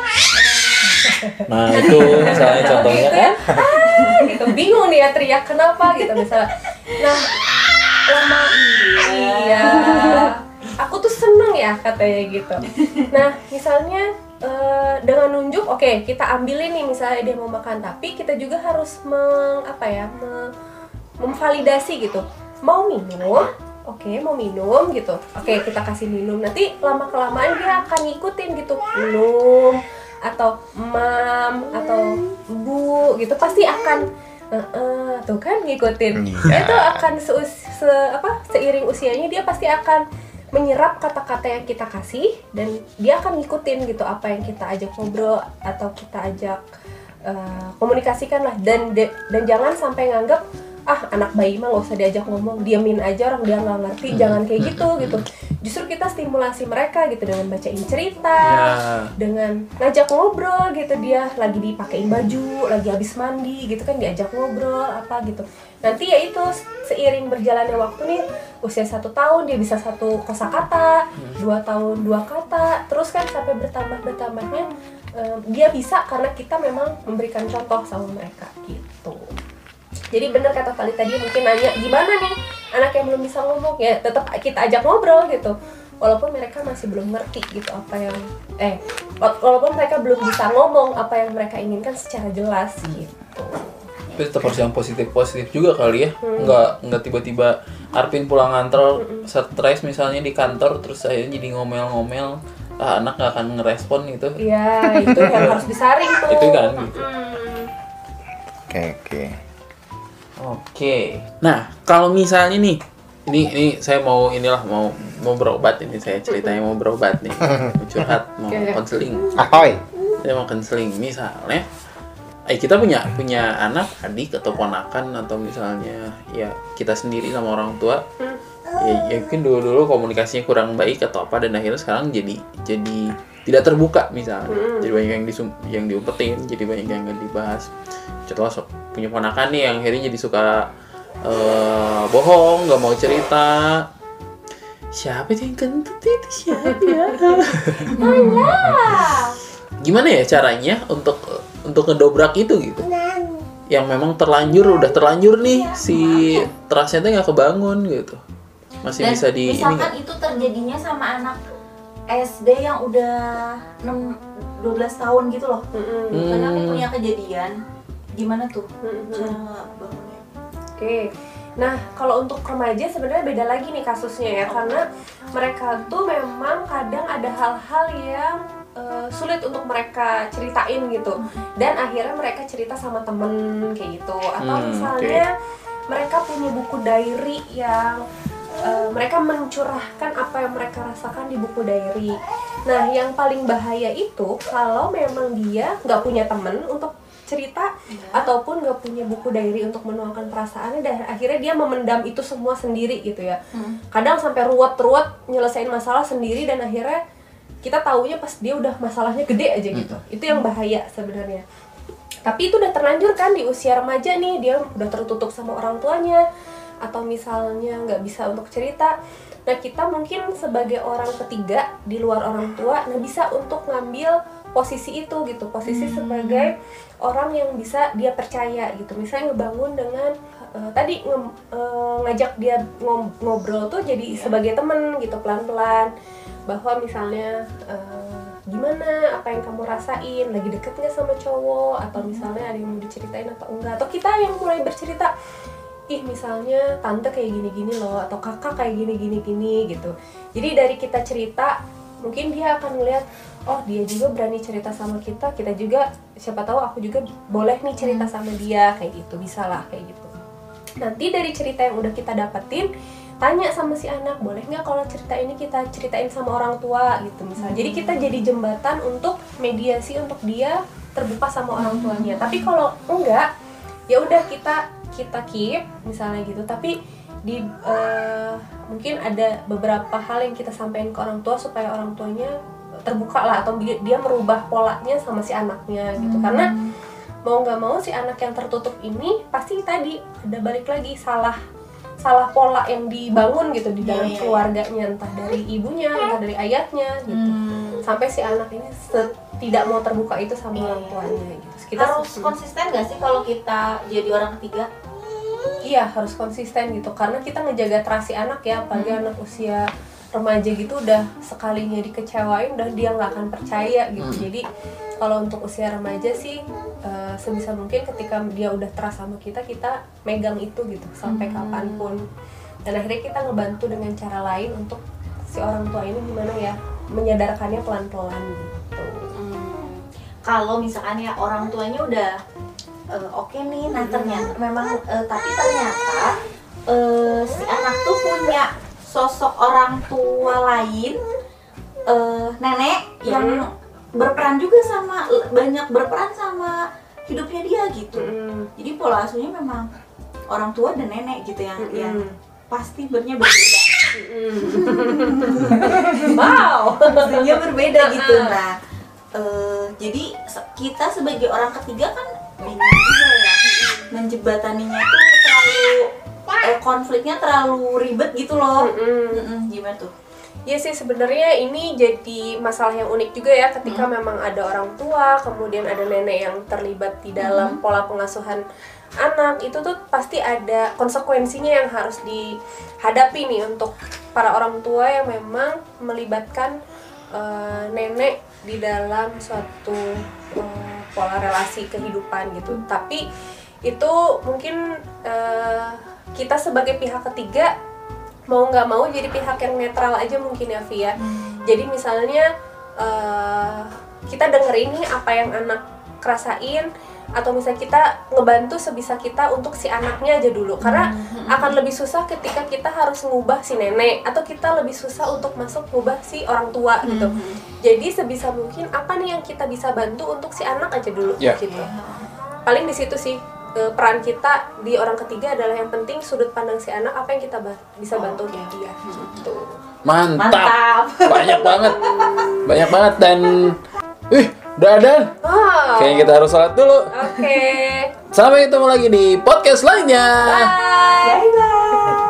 Nah itu misalnya contohnya gitu kan. ya, ah, gitu bingung nih ya teriak kenapa gitu misalnya. Nah lama iya, aku tuh seneng ya katanya gitu. Nah misalnya eh, dengan nunjuk, oke kita ambilin nih misalnya dia mau makan, tapi kita juga harus meng apa ya me- memvalidasi gitu, mau minum. Oke, mau minum gitu. Oke, kita kasih minum. Nanti lama kelamaan dia akan ngikutin gitu. Minum atau mam atau bu gitu, pasti akan "Eh, eh," tuh kan ngikutin. Iya. Itu akan seus- se- apa seiring usianya dia pasti akan menyerap kata-kata yang kita kasih, dan dia akan ngikutin gitu apa yang kita ajak ngobrol atau kita ajak eh, komunikasikan lah. Dan de- dan jangan sampai nganggap ah anak bayi mah nggak usah diajak ngomong, diamin aja orang dia nggak ngerti. Jangan kayak gitu gitu. Justru kita stimulasi mereka gitu dengan bacain cerita, Ya. dengan ngajak ngobrol gitu. Dia lagi dipakein baju, lagi habis mandi gitu kan, diajak ngobrol apa gitu. Nanti ya itu seiring berjalannya waktu nih, usia satu tahun dia bisa satu kosakata, dua tahun dua kata, terus kan sampai bertambah bertambahnya eh, dia bisa karena kita memang memberikan contoh sama mereka gitu. Jadi bener kata Tali tadi, mungkin nanya gimana nih anak yang belum bisa ngomong, ya tetap kita ajak ngobrol gitu. Walaupun mereka masih belum ngerti gitu apa yang eh walaupun mereka belum bisa ngomong apa yang mereka inginkan secara jelas gitu. Tapi tetap harus yang positif-positif juga kali ya. Nggak nggak tiba-tiba Arvin pulang kantor stres misalnya di kantor, terus akhirnya jadi ngomel-ngomel, ah, anak nggak akan ngerespon gitu. Iya, itu yang harus disaring tuh. Itu kan gitu. Mm-mm. Oke oke. Oke. Nah, kalau misalnya nih, ini ini saya mau inilah mau mau berobat ini, saya ceritanya mau berobat nih. Mau curhat, mau Oke. konseling. Ahoy. Saya mau konseling misalnya eh kita punya punya anak, adik atau ponakan atau misalnya ya kita sendiri sama orang tua. Ya, ya mungkin dulu-dulu komunikasinya kurang baik atau apa dan akhirnya sekarang jadi jadi tidak terbuka misalnya. Jadi banyak yang disum, yang diumpetin, jadi banyak yang nggak dibahas. Contoh so, punya ponakan nih yang akhirnya jadi suka uh, bohong, nggak mau cerita. Siapa itu yang kentut itu siapa ya? Gimana ya caranya untuk untuk ngedobrak itu gitu? Yang memang terlanjur, udah terlanjur nih si trustnya tuh nggak kebangun gitu. Masih Dan bisa di ini misalkan nggak? itu terjadinya sama anak S D yang udah enam dua belas tahun gitu loh. Mm-mm. Karena aku Hmm. punya kejadian. Gimana tuh Mm-mm. cara bangunnya? Oke, nah kalau untuk remaja sebenarnya beda lagi nih kasusnya ya, karena mereka tuh memang kadang ada hal-hal yang eh, sulit untuk mereka ceritain gitu, dan akhirnya mereka cerita sama temen kayak gitu, atau Hmm, misalnya mereka punya buku diary yang eh, mereka mencurahkan apa yang mereka rasakan di buku diary. Nah, yang paling bahaya itu kalau memang dia nggak punya temen untuk cerita ataupun nggak punya buku diary untuk menuangkan perasaannya dan akhirnya dia memendam itu semua sendiri gitu ya. Hmm. Kadang sampai ruwet-ruwet nyelesain masalah sendiri dan akhirnya kita taunya pas dia udah masalahnya gede aja gitu. Itu yang bahaya sebenarnya. Tapi itu udah terlanjur kan di usia remaja nih, dia udah tertutup sama orang tuanya atau misalnya nggak bisa untuk cerita. Nah, kita mungkin sebagai orang ketiga di luar orang tua, nah bisa untuk ngambil posisi itu gitu, posisi sebagai orang yang bisa dia percaya gitu. Misalnya ngebangun dengan uh, tadi nge- uh, ngajak dia ngom- ngobrol tuh jadi sebagai temen gitu, pelan-pelan, bahwa misalnya uh, gimana, apa yang kamu rasain, lagi deket nggak sama cowok, atau misalnya ada yang mau diceritain atau enggak, atau kita yang mulai bercerita, ih misalnya tante kayak gini-gini loh, atau kakak kayak gini-gini-gini gitu. Jadi dari kita cerita, mungkin dia akan ngeliat, oh dia juga berani cerita sama kita, kita juga siapa tahu aku juga boleh nih cerita sama dia kayak gitu, bisa lah kayak gitu. Nanti dari cerita yang udah kita dapetin, tanya sama si anak, boleh nggak kalau cerita ini kita ceritain sama orang tua gitu misalnya. Jadi kita jadi jembatan untuk mediasi untuk dia terbuka sama orang tuanya. Tapi kalau enggak, ya udah kita kita keep misalnya gitu. Tapi di uh, mungkin ada beberapa hal yang kita sampaikan ke orang tua supaya orang tuanya terbuka lah, atau dia merubah polanya sama si anaknya gitu. Karena mau nggak mau si anak yang tertutup ini pasti tadi ada balik lagi salah salah pola yang dibangun gitu di dalam Iya, iya, keluarganya, entah dari ibunya, entah dari ayahnya gitu. Hmm. Sampai si anak ini se- tidak mau terbuka itu sama orang tuanya gitu. Kita Harus konsisten gak sih kalau kita jadi orang ketiga? Iya, harus konsisten gitu, karena kita ngejaga trust si anak ya, apalagi anak usia remaja gitu udah sekalinya dikecewain udah dia nggak akan percaya gitu. Jadi kalau untuk usia remaja sih uh, sebisa mungkin ketika dia udah trust sama kita, kita megang itu gitu sampai kapanpun. Dan akhirnya kita ngebantu dengan cara lain untuk si orang tua ini gimana ya menyadarkannya pelan-pelan gitu. Hmm. Kalau misalkan ya orang tuanya udah uh, oke nih, nah ternyata memang uh, tapi ternyata uh, si anak tuh punya sosok orang tua lain, uh, nenek yang berperan juga sama, banyak berperan sama hidupnya dia gitu. Mm. Jadi pola asuhnya memang orang tua dan nenek gitu yang Mm-mm. yang pasti bernya berbeda. Wow. Pastinya berbeda gitu. Nah, uh, jadi se- kita sebagai orang ketiga kan bingung juga ya, menjebataninya tuh terlalu eh, konfliknya terlalu ribet gitu loh. Mm-mm. Mm-mm, gimana tuh? Ya sih, sebenarnya ini jadi masalah yang unik juga ya ketika memang ada orang tua, kemudian ada nenek yang terlibat di dalam pola pengasuhan anak. Itu tuh pasti ada konsekuensinya yang harus dihadapi nih untuk para orang tua yang memang melibatkan uh, nenek di dalam suatu uh, pola relasi kehidupan gitu. Tapi itu mungkin uh, kita sebagai pihak ketiga mau nggak mau jadi pihak yang netral aja mungkin ya Via. Hmm. Jadi misalnya uh, kita dengerin nih apa yang anak kerasain, atau misalnya kita ngebantu sebisa kita untuk si anaknya aja dulu, karena hmm. akan lebih susah ketika kita harus ngubah si nenek, atau kita lebih susah untuk masuk ngubah si orang tua hmm. gitu. Jadi sebisa mungkin apa nih yang kita bisa bantu untuk si anak aja dulu yeah. gitu. Paling di situ sih peran kita di orang ketiga adalah yang penting sudut pandang si anak, apa yang kita ba- bisa bantu untuk dia gitu. Mantap. Mantap. Banyak banget. Banyak banget dan ih, udah ada. Oh. Kayaknya kita harus sholat dulu. Oke. Okay. Sampai ketemu lagi di podcast lainnya. Bye. Bye bye.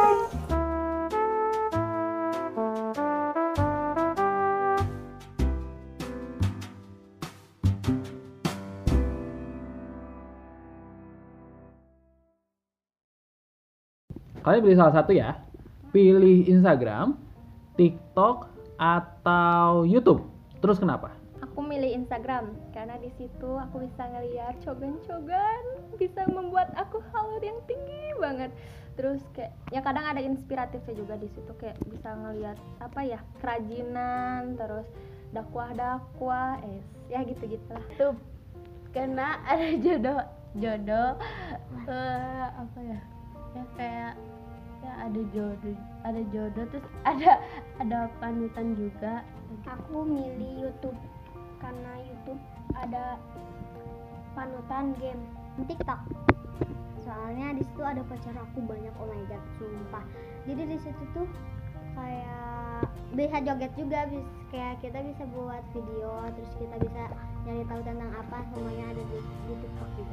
Kalian pilih salah satu ya. Pilih Instagram, TikTok, atau YouTube. Terus kenapa? Aku milih Instagram karena di situ aku bisa ngeliat cogan-cogan, bisa membuat aku hal yang tinggi banget. Terus kayak ya kadang ada inspiratifnya juga di situ, kayak bisa ngeliat apa ya, kerajinan, terus dakwah-dakwah, eh ya gitu-gitulah. Tuh karena ada jodoh jodoh uh, apa ya? Ya kayak ya ada jodoh, ada jodoh terus ada ada panutan juga. Aku milih YouTube karena YouTube ada panutan game. TikTok soalnya di situ ada pacar aku banyak, oh my god sumpah. Jadi di situ tuh kayak bisa joget juga, bisa kayak kita bisa buat video, terus kita bisa nyari tahu tentang apa, semuanya ada di, di TikTok gitu.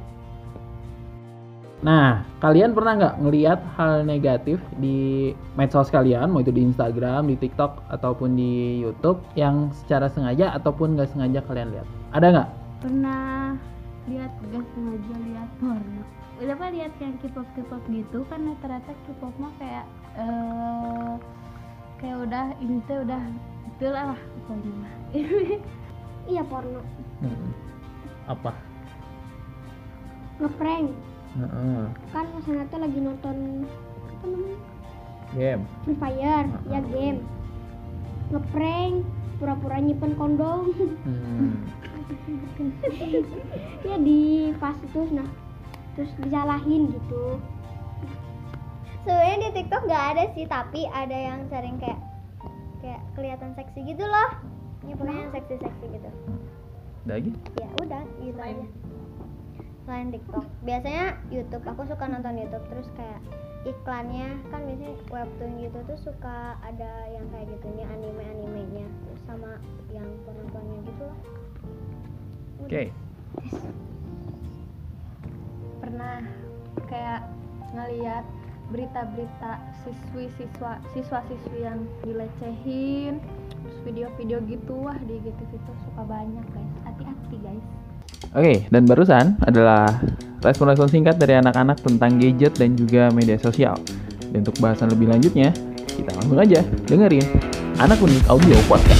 Nah, kalian pernah nggak ngelihat hal negatif di medsos kalian, mau itu di Instagram, di TikTok, ataupun di YouTube, yang secara sengaja ataupun nggak sengaja kalian lihat? Ada nggak? Pernah lihat, nggak sengaja lihat porno. Udah apa lihat yang K-pop K-pop gitu kan, ternyata K-pop mah kayak uh, kayak udah ini tuh udah betul lah pokoknya mah. Iya porno. Hmm. Apa? Ngeprank. Uh-uh. Kan sana tuh lagi nonton apa namanya? Game. Free Fire, uh-uh. ya game. Ngeprank, pura-pura nyimpen kondom. Hmm. Ya di pas itu, nah terus disalahin gitu. Sebenarnya di TikTok nggak ada sih, tapi ada yang sering kayak kayak kelihatan seksi gitu loh. Ya pokoknya yang seksi-seksi gitu. Lagi? Ya udah gitu aja. Selain TikTok, biasanya YouTube, aku suka nonton YouTube, terus kayak iklannya kan biasanya webtoon gitu tuh suka ada yang kayak gitunya, anime-animenya, terus sama yang porno-pornonya gitu lah. Oke. Okay. Pernah kayak ngeliat berita-berita siswi-siswa siswa-siswi yang dilecehin, terus video-video gitu, wah di gitu-gitu suka banyak guys, hati-hati guys. Oke, okay, dan barusan adalah respon-respon singkat dari anak-anak tentang gadget dan juga media sosial. Dan untuk bahasan lebih lanjutnya, kita langsung aja dengerin Anak Unik Audio Podcast.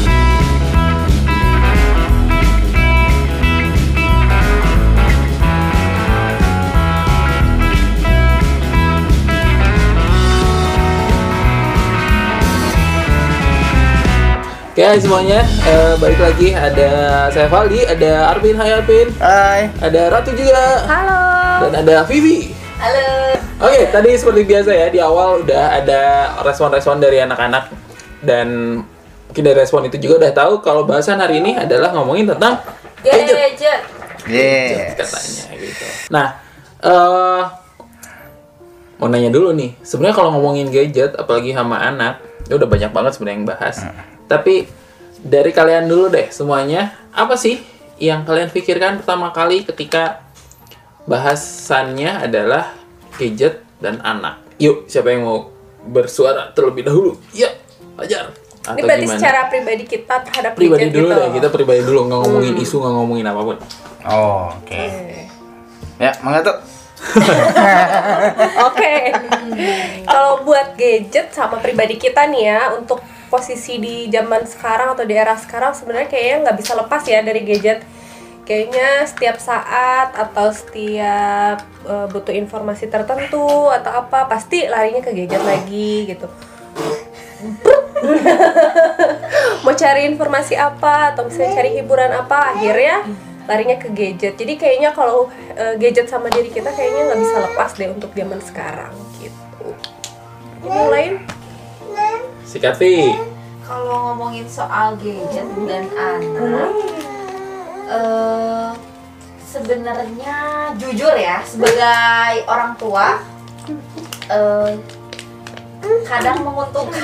Oke, hai semuanya, uh, balik lagi, ada saya Valdi, ada Arvin, hai Arvin. Hai. Ada Ratu juga. Halo. Dan ada Vivi. Halo. Oke, okay, tadi seperti biasa ya, di awal udah ada respon-respon dari anak-anak. Dan mungkin dari respon itu juga udah tahu kalau bahasan hari ini adalah ngomongin tentang gadget. Gadget. Yes. Katanya gitu. Nah, uh, mau nanya dulu nih, sebenarnya kalau ngomongin gadget, apalagi sama anak, ya udah banyak banget sebenarnya yang bahas. Hmm. Tapi dari kalian dulu deh semuanya, apa sih yang kalian pikirkan pertama kali ketika bahasannya adalah gadget dan anak? Yuk, siapa yang mau bersuara terlebih dahulu? Ya, Fajar. Ini berarti gimana? Secara pribadi kita terhadap pribadi gadget dulu gitu. deh, kita pribadi dulu, nggak ngomongin hmm. isu, nggak ngomongin apapun. Oh, oke. Okay. Okay. Ya, mangga tuh. Oke. Kalau buat gadget sama pribadi kita nih ya, untuk posisi di zaman sekarang atau di era sekarang sebenarnya kayaknya nggak bisa lepas ya dari gadget. Kayaknya setiap saat atau setiap uh, butuh informasi tertentu atau apa pasti larinya ke gadget lagi gitu. mau cari informasi apa atau misalnya cari hiburan apa, akhirnya larinya ke gadget. Jadi kayaknya kalau uh, gadget sama diri kita kayaknya nggak bisa lepas deh untuk zaman sekarang gitu. Yang lain? Si Kathy. Kalau ngomongin soal gadget dan anak, eh, sebenarnya jujur ya, sebagai orang tua, eh, kadang menguntungkan,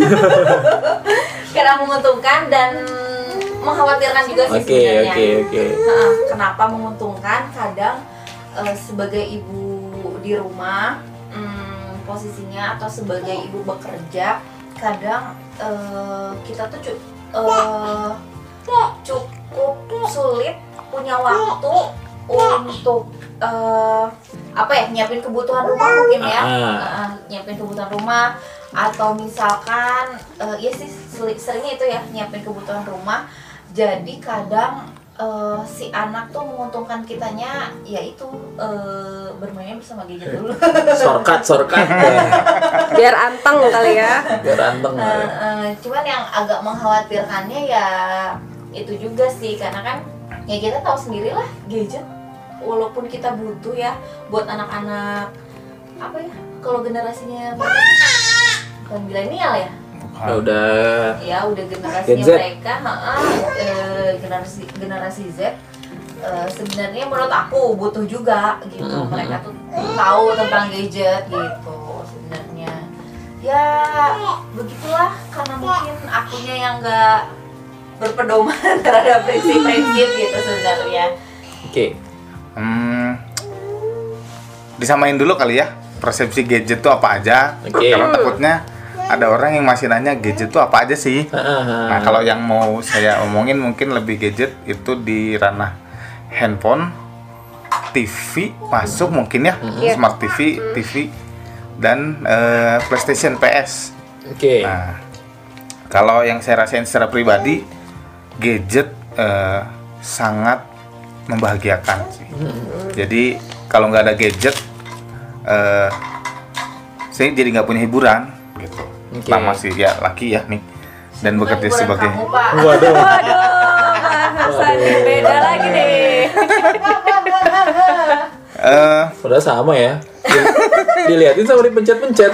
kadang menguntungkan dan mengkhawatirkan juga sih Oke, sebenarnya. oke, oke. Nah, kenapa menguntungkan? Kadang eh, sebagai ibu di rumah, hmm, posisinya atau sebagai ibu bekerja, kadang eh, kita tuh cu- eh, cukup sulit punya waktu untuk eh, apa ya, nyiapin kebutuhan rumah mungkin ya, Ah. Eh, nyiapin kebutuhan rumah, atau misalkan eh, ya sih seli- seringnya itu ya, nyiapin kebutuhan rumah. Jadi kadang eh, si anak tuh menguntungkan kitanya yaitu eh, bermainnya bersama gadget dulu. Shortcut, shortcut. Biar anteng kali ya. Biar anteng. Eh, eh, cuman yang agak mengkhawatirkannya ya itu juga sih, karena kan ya kita tahu sendiri lah, gadget walaupun kita butuh ya buat anak-anak apa ya, kalau generasinya bukan milenial ya, Ya udah. ya udah generasinya Gen Z. mereka, ha-ha, eh, generasi generasi Z. Eh, sebenarnya menurut aku butuh juga gitu. Mhm. Mereka tuh tahu tentang gadget gitu sebenarnya. Ya begitulah, karena mungkin akunya yang nggak berpedoman terhadap prinsip-prinsip gitu sebenarnya. Oke. Hmm, disamain dulu kali ya persepsi gadget tuh apa aja. Oke. Kalau takutnya ada orang yang masih nanya gadget tuh apa aja sih. Nah, kalau yang mau saya omongin mungkin lebih gadget itu di ranah handphone, T V masuk mungkin ya, Iya. smart T V, T V dan eh, PlayStation, P S. Oke. Nah, kalau yang saya rasain secara pribadi, gadget eh, sangat membahagiakan sih. Jadi kalau nggak ada gadget, eh, saya jadi nggak punya hiburan gitu. Oke. Lama sih ya, laki ya nih, dan Bukan bekerja hiburan sebagai kamu, Pak. Waduh. Waduh, bahasan beda lagi nih. eh, Padahal sama ya. Di- Dilihatin sama dipencet-pencet.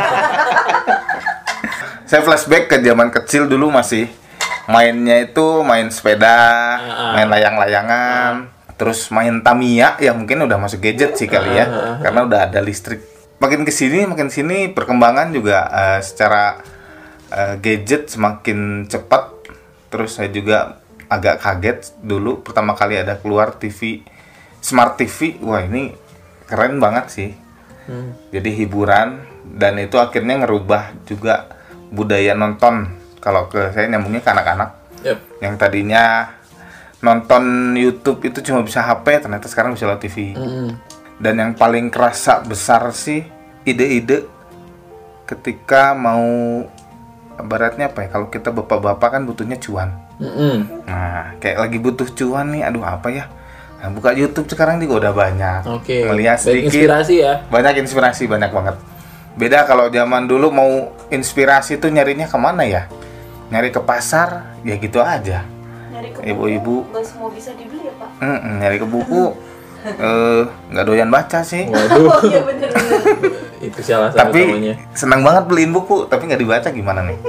saya flashback ke zaman kecil dulu masih mainnya itu main sepeda, Ah. main layang-layangan, terus main Tamiya ya mungkin udah masuk gadget sih kali ya, Ah. karena udah ada listrik. Makin kesini, makin sini perkembangan juga eh, secara eh, gadget semakin cepat. Terus saya juga agak kaget dulu pertama kali ada keluar T V, smart T V. Wah, ini keren banget sih. Hmm. Jadi hiburan, dan itu akhirnya ngerubah juga budaya nonton. Kalau ke saya nyambungnya ke anak-anak Yep. yang tadinya nonton YouTube itu cuma bisa H P, ternyata sekarang bisa lewat T V. Mm-mm. Dan yang paling kerasa besar sih ide-ide ketika mau, baratnya apa ya, kalau kita bapak-bapak kan butuhnya cuan. Mm-mm. Nah, kayak lagi butuh cuan nih, aduh apa ya, nah, buka YouTube sekarang juga udah banyak. Oke. Melihat Banyak sedikit, inspirasi ya. banyak inspirasi, banyak banget. Beda kalau zaman dulu mau inspirasi tuh nyarinya kemana ya? Nyari ke pasar, ya gitu aja. Nyari ke Ibu-ibu. buku nggak semua bisa dibeli ya, Pak. Mm-mm, nyari ke buku, eh, nggak doyan baca sih. Waduh. Oh iya bener-bener. Itu salah satu Tapi temannya. senang banget beliin buku, tapi nggak dibaca, gimana nih?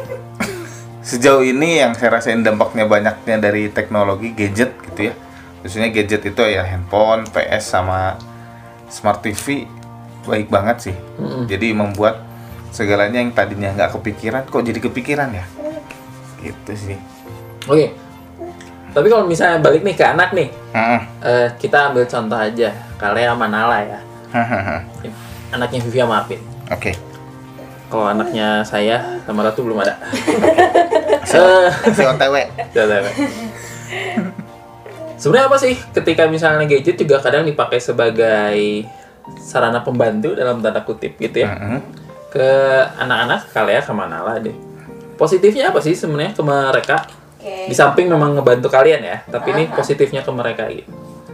Sejauh ini yang saya rasain dampaknya banyaknya dari teknologi gadget gitu ya. Khususnya gadget itu ya handphone, P S sama smart T V, baik banget sih. Mm-mm. Jadi membuat segalanya yang tadinya nggak kepikiran kok jadi kepikiran ya. Gitu sih. Oke. Tapi kalau misalnya balik nih ke anak nih, Heeh. eh, kita ambil contoh aja, Kalea sama Nala ya. Anaknya Vivi sama Apin. Oke. Kalau anaknya saya sama Ratu belum ada. Eh, Si O T W. Coba. Sebenarnya apa sih ketika misalnya gadget juga kadang dipakai sebagai sarana pembantu dalam tanda kutip gitu ya, Heeh. ke anak-anak Kalea sama Nala deh. Positifnya apa sih sebenarnya ke mereka? Oke. Di samping memang ngebantu kalian ya, tapi ini positifnya ke mereka gitu.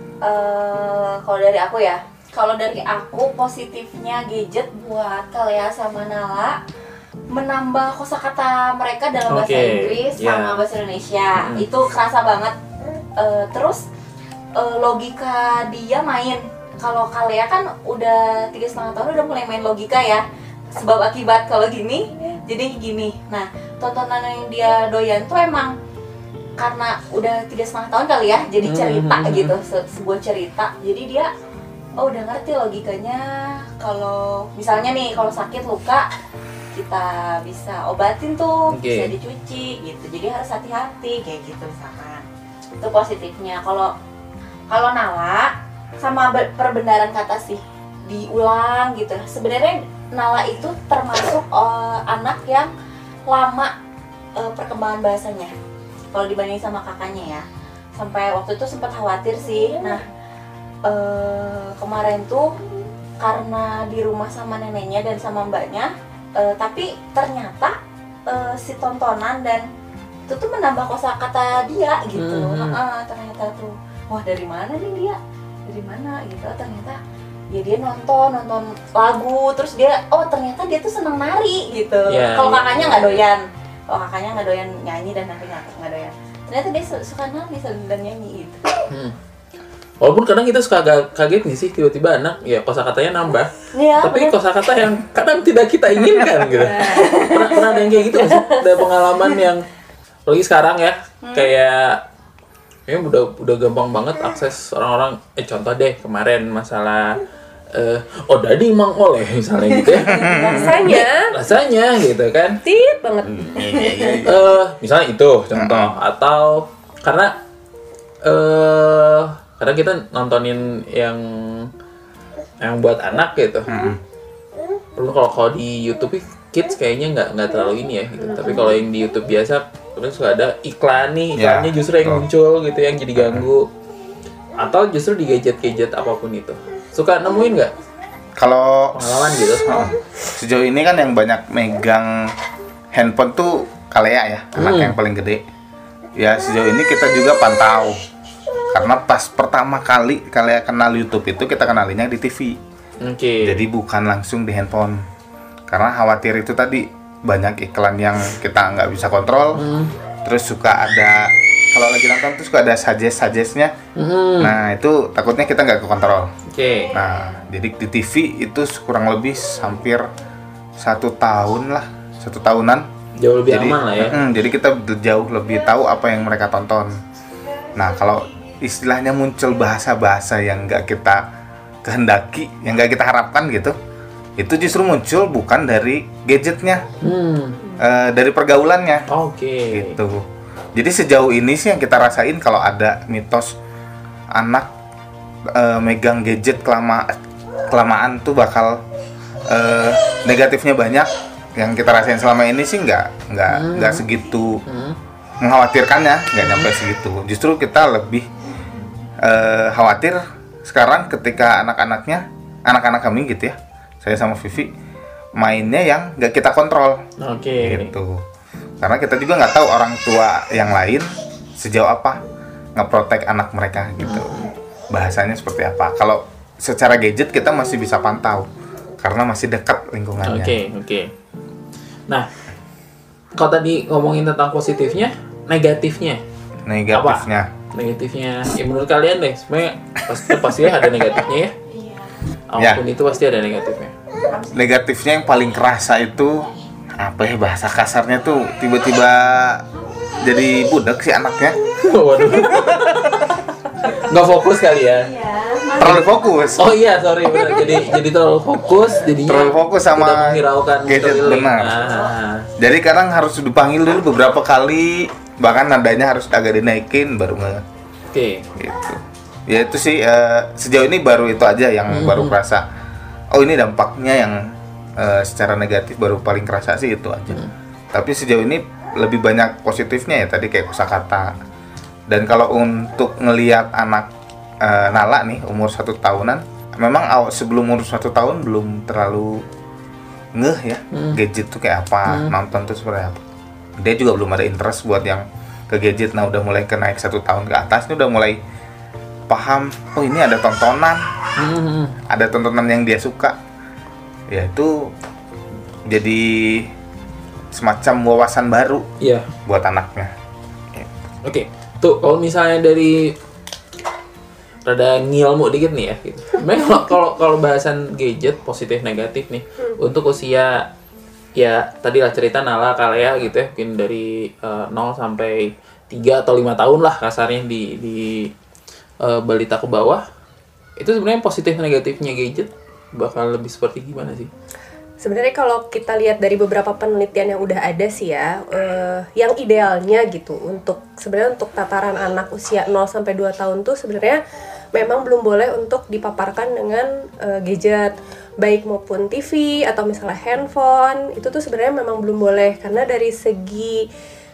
Eh, kalau dari aku ya, kalau dari aku positifnya gadget buat Kalea sama Nala, menambah kosakata mereka dalam bahasa Oke, Inggris ya. sama bahasa Indonesia. Hmm. Itu kerasa banget. Eh, terus eh, logika dia main. Kalau Kalea kan udah tiga setengah tahun udah mulai main logika ya. Sebab akibat kalau gini, jadi gini. Nah, tontonan yang dia doyan tuh emang karena udah tiga setengah tahun kali ya, jadi cerita Hmm. gitu, se- sebuah cerita. Jadi dia oh udah ngerti logikanya. Kalau misalnya nih kalau sakit luka kita bisa obatin tuh, Oke. bisa dicuci gitu. Jadi harus hati-hati kayak gitu misalkan. Itu positifnya. Kalau kalau Nala sama be- perbenaran kata sih diulang gitu. Sebenarnya Nala itu termasuk eh, anak yang lama eh, perkembangan bahasanya. Kalau dibanding sama kakaknya ya. Sampai waktu itu sempat khawatir sih. Nah, eh, kemarin tuh karena di rumah sama neneknya dan sama mbaknya, eh, tapi ternyata eh, si tontonan dan itu tuh menambah kosakata dia gitu. Hmm. Heeh, ternyata tuh wah dari mana nih dia, dari mana gitu. Ternyata ya dia nonton nonton lagu, terus dia oh ternyata dia tuh seneng nari gitu. Ya, Kalau ya. kakaknya nggak doyan, kalau kakaknya nggak doyan nyanyi dan nari nggak nggak doyan. Ternyata dia su- suka nari dan nyanyi gitu. Hmm. Walaupun kadang kita suka agak kaget nih sih tiba-tiba anak ya kosakatanya nambah, Iya. tapi bener. kosakata yang kadang tidak kita inginkan gitu. Pernah, pernah ada yang kayak gitu nggak sih? Ada pengalaman yang apalagi sekarang ya kayak ya udah udah gampang banget akses orang-orang. Eh contoh deh kemarin masalah eh oh dadi mang oleh misalnya gitu ya. Rasanya Rasanya gitu kan. tit banget. eh misalnya itu contoh atau karena eh kadang kita nontonin yang yang buat anak gitu. Perlu kalau kalau di YouTube kids kayaknya nggak nggak terlalu ini ya gitu. Tapi kalau yang di YouTube biasa kadang suka ada iklan nih, iklannya Ya, justru yang betul. muncul gitu yang jadi ganggu. Atau justru di gadget-gadget apapun itu. Suka nemuin nggak Kalau pengalaman gitu? Oh, sejauh ini kan yang banyak megang handphone tuh Kalea ya, anak Hmm. yang paling gede. Ya sejauh ini kita juga pantau. Karena pas pertama kali Kalea kenal YouTube itu kita kenalinya di T V. Oke. Jadi bukan langsung di handphone. Karena khawatir itu tadi banyak iklan yang kita nggak bisa kontrol. Hmm. Terus suka ada kalau lagi nonton tuh suka ada suggest-suggestnya. Hmm. Nah itu takutnya kita nggak kekontrol. Oke. Nah, jadi di T V itu kurang lebih hampir satu tahun lah, satu tahunan. Jauh lebih jadi, aman lah ya. mm, jadi kita jauh lebih tahu apa yang mereka tonton. Nah, kalau istilahnya muncul bahasa-bahasa yang nggak kita kehendaki, yang nggak kita harapkan gitu, itu justru muncul bukan dari gadgetnya, Hmm. eh, dari pergaulannya. Oke. Gitu. Jadi sejauh ini sih yang kita rasain kalau ada mitos anak eh, megang gadget kelama kelamaan tuh bakal eh, negatifnya banyak. Yang kita rasain selama ini sih nggak nggak nggak segitu Hmm. mengkhawatirkannya, nggak nyampe segitu. Justru kita lebih eh, khawatir sekarang ketika anak-anaknya, anak-anak kami gitu ya, saya sama Vivi mainnya yang nggak kita kontrol. Oke. Gitu. Karena kita juga nggak tahu orang tua yang lain sejauh apa ngeprotek anak mereka gitu. Bahasanya seperti apa. Kalau secara gadget kita masih bisa pantau karena masih dekat lingkungannya. Oke, oke. Nah, kalau tadi ngomongin tentang positifnya, negatifnya, Negatifnya. negatifnya, ya menurut kalian deh, sebenarnya pasti pasti ada negatifnya ya. Iya. Apapun itu pasti ada negatifnya. Negatifnya yang paling kerasa itu apa ya, bahasa kasarnya tuh tiba-tiba jadi budak si anaknya. Waduh. Nggak fokus kali ya. Iya. Terlalu fokus. Oh iya, sorry benar. Jadi jadi terlalu fokus, jadinya Terlalu fokus sama tidak menghiraukan gadget, sekeliling. benar. Ah. Jadi kadang harus dipanggil dulu beberapa kali, bahkan nadanya harus agak dinaikin baru nge Oke. gitu. Ya itu sih eh, sejauh ini baru itu aja yang Hmm. baru kerasa. Oh ini dampaknya yang eh, secara negatif baru paling kerasa sih itu aja. Hmm. Tapi sejauh ini lebih banyak positifnya ya tadi kayak kosakata. Dan kalau untuk ngelihat anak eh, Nala nih umur satu tahunan, memang aw- sebelum umur satu tahun belum terlalu ngeh ya Hmm. gadget tuh kayak apa, Hmm. nonton tuh seperti apa. Dia juga belum ada interest buat yang ke gadget. Nah udah mulai ke naik satu tahun ke atas ini udah mulai paham, oh ini ada tontonan, Hmm. ada tontonan yang dia suka. Ya itu jadi semacam wawasan baru Iya. buat anaknya. Oke, tuh kalau misalnya dari rada ngilmu dikit nih ya. Gitu. Sebenarnya kalau- kalau kalau bahasan gadget positif negatif nih untuk usia ya tadi lah cerita Nala Kalea gitu ya, mungkin dari eh, nol sampai tiga atau lima tahun lah kasarnya di di eh, balita ke bawah. Itu sebenarnya positif negatifnya gadget bakal lebih seperti gimana sih? Sebenarnya kalau kita lihat dari beberapa penelitian yang udah ada sih ya, eh, yang idealnya gitu untuk sebenarnya untuk tataran anak usia nol sampai dua tahun tuh sebenarnya memang belum boleh untuk dipaparkan dengan eh, gadget baik maupun T V atau misalnya handphone. Itu tuh sebenarnya memang belum boleh karena dari segi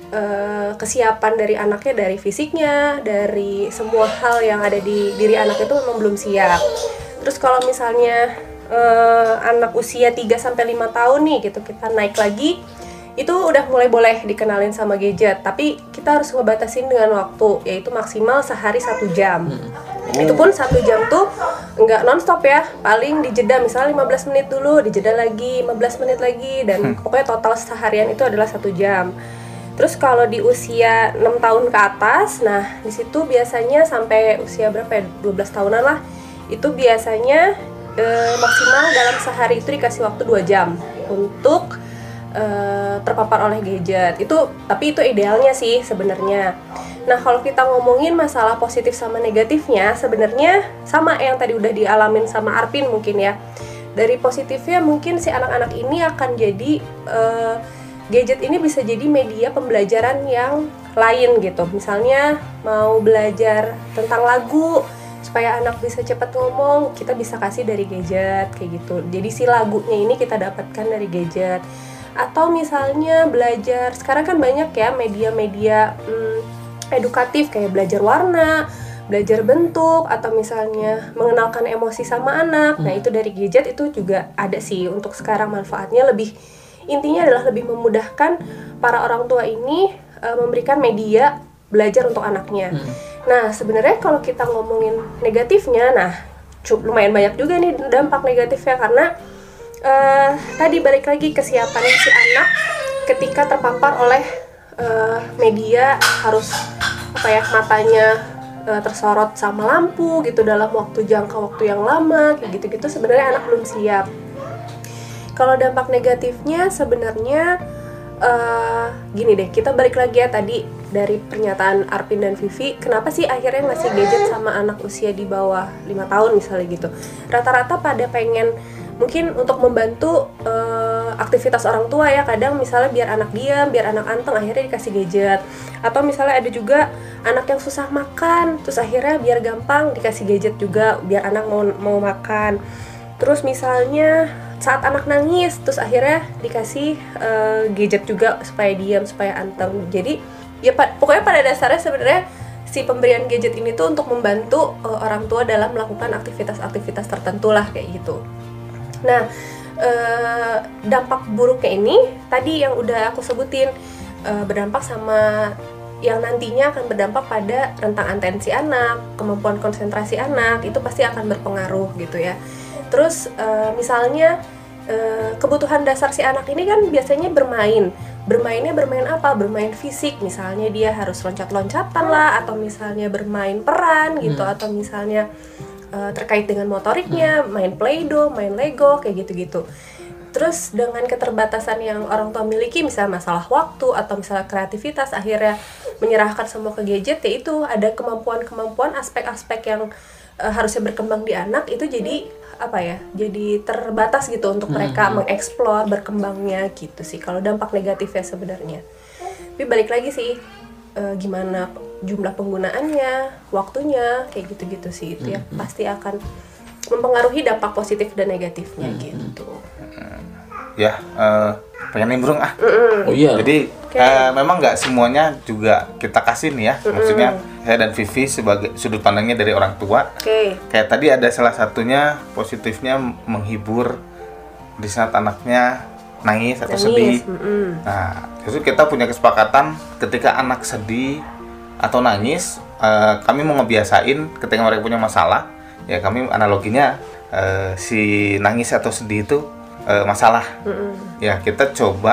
eh, kesiapan dari anaknya, dari fisiknya, dari semua hal yang ada di diri anak itu memang belum siap. Terus kalau misalnya uh, anak usia tiga sampai lima tahun nih gitu kita naik lagi, itu udah mulai boleh dikenalin sama gadget, tapi kita harus ngebatasin dengan waktu, yaitu maksimal sehari satu jam. Itu pun satu jam tuh nggak nonstop ya, paling dijeda misalnya lima belas menit dulu, dijeda lagi lima belas menit lagi, dan pokoknya total seharian itu adalah satu jam. Terus kalau di usia enam tahun ke atas, nah di situ biasanya sampai usia berapa ya, dua belas tahunan lah, itu biasanya e, maksimal dalam sehari itu dikasih waktu dua jam untuk e, terpapar oleh gadget. Itu tapi itu idealnya sih sebenarnya. Nah, kalau kita ngomongin masalah positif sama negatifnya, sebenarnya sama yang tadi udah dialamin sama Arpin mungkin ya. Dari positifnya mungkin si anak-anak ini akan jadi e, gadget ini bisa jadi media pembelajaran yang lain gitu. Misalnya mau belajar tentang lagu, supaya anak bisa cepat ngomong, kita bisa kasih dari gadget kayak gitu. Jadi si lagunya ini kita dapatkan dari gadget. Atau misalnya belajar, sekarang kan banyak ya media-media hmm, edukatif kayak belajar warna, belajar bentuk, atau misalnya mengenalkan emosi sama anak. Nah itu dari gadget itu juga ada sih untuk sekarang manfaatnya lebih. Intinya adalah lebih memudahkan para orang tua ini e, memberikan media belajar untuk anaknya. Hmm. Nah, sebenarnya kalau kita ngomongin negatifnya, nah cukup lumayan banyak juga nih dampak negatifnya karena e, tadi balik lagi kesiapan si anak ketika terpapar oleh e, media, harus apa ya, matanya e, tersorot sama lampu gitu dalam waktu jangka waktu yang lama kayak gitu-gitu, sebenarnya anak belum siap. Kalau dampak negatifnya sebenarnya uh, gini deh, kita balik lagi ya tadi dari pernyataan Arpin dan Vivi, kenapa sih akhirnya ngasih gadget sama anak usia di bawah lima tahun misalnya gitu. Rata-rata pada pengen mungkin untuk membantu uh, aktivitas orang tua ya, kadang misalnya biar anak diam, biar anak anteng, akhirnya dikasih gadget. Atau misalnya ada juga anak yang susah makan, terus akhirnya biar gampang dikasih gadget juga, biar anak mau mau makan. Terus misalnya saat anak nangis, terus akhirnya dikasih uh, gadget juga supaya diam, supaya anteng. Jadi ya pa- pokoknya pada dasarnya sebenarnya si pemberian gadget ini tuh untuk membantu uh, orang tua dalam melakukan aktivitas-aktivitas tertentu lah kayak gitu. Nah, uh, dampak buruknya ini tadi yang udah aku sebutin, uh, berdampak sama yang nantinya akan berdampak pada rentang atensi anak, kemampuan konsentrasi anak, itu pasti akan berpengaruh gitu ya. Terus uh, misalnya uh, kebutuhan dasar si anak ini kan biasanya bermain. Bermainnya bermain apa? Bermain fisik, misalnya dia harus loncat-loncatan lah, atau misalnya bermain peran gitu, hmm. atau misalnya uh, terkait dengan motoriknya, main Play-Doh, main Lego, kayak gitu-gitu. Terus dengan keterbatasan yang orang tua miliki, misalnya masalah waktu atau misalnya kreativitas, akhirnya menyerahkan semua ke gadget, yaitu ada kemampuan-kemampuan aspek-aspek yang uh, harusnya berkembang di anak, itu jadi apa ya, jadi terbatas gitu untuk mereka hmm. mengeksplor berkembangnya gitu sih kalau dampak negatifnya sebenarnya. Tapi balik lagi sih e, gimana jumlah penggunaannya, waktunya, kayak gitu-gitu sih, itu ya hmm. pasti akan mempengaruhi dampak positif dan negatifnya hmm. gitu. Ya, uh, pengen nimbrung ah. Mm-mm. Oh iya. Jadi okay. uh, memang nggak semuanya juga kita kasih nih ya. Mm-mm. Maksudnya saya dan Vivi sebagai sudut pandangnya dari orang tua. Okay. Kayak tadi ada salah satunya positifnya menghibur di saat anaknya nangis atau nangis. sedih. Mm-mm. Nah, justru kita punya kesepakatan ketika anak sedih atau nangis, uh, kami mau ngebiasain ketika mereka punya masalah, ya kami analoginya uh, si nangis atau sedih itu uh, masalah. Mm-mm. Ya kita coba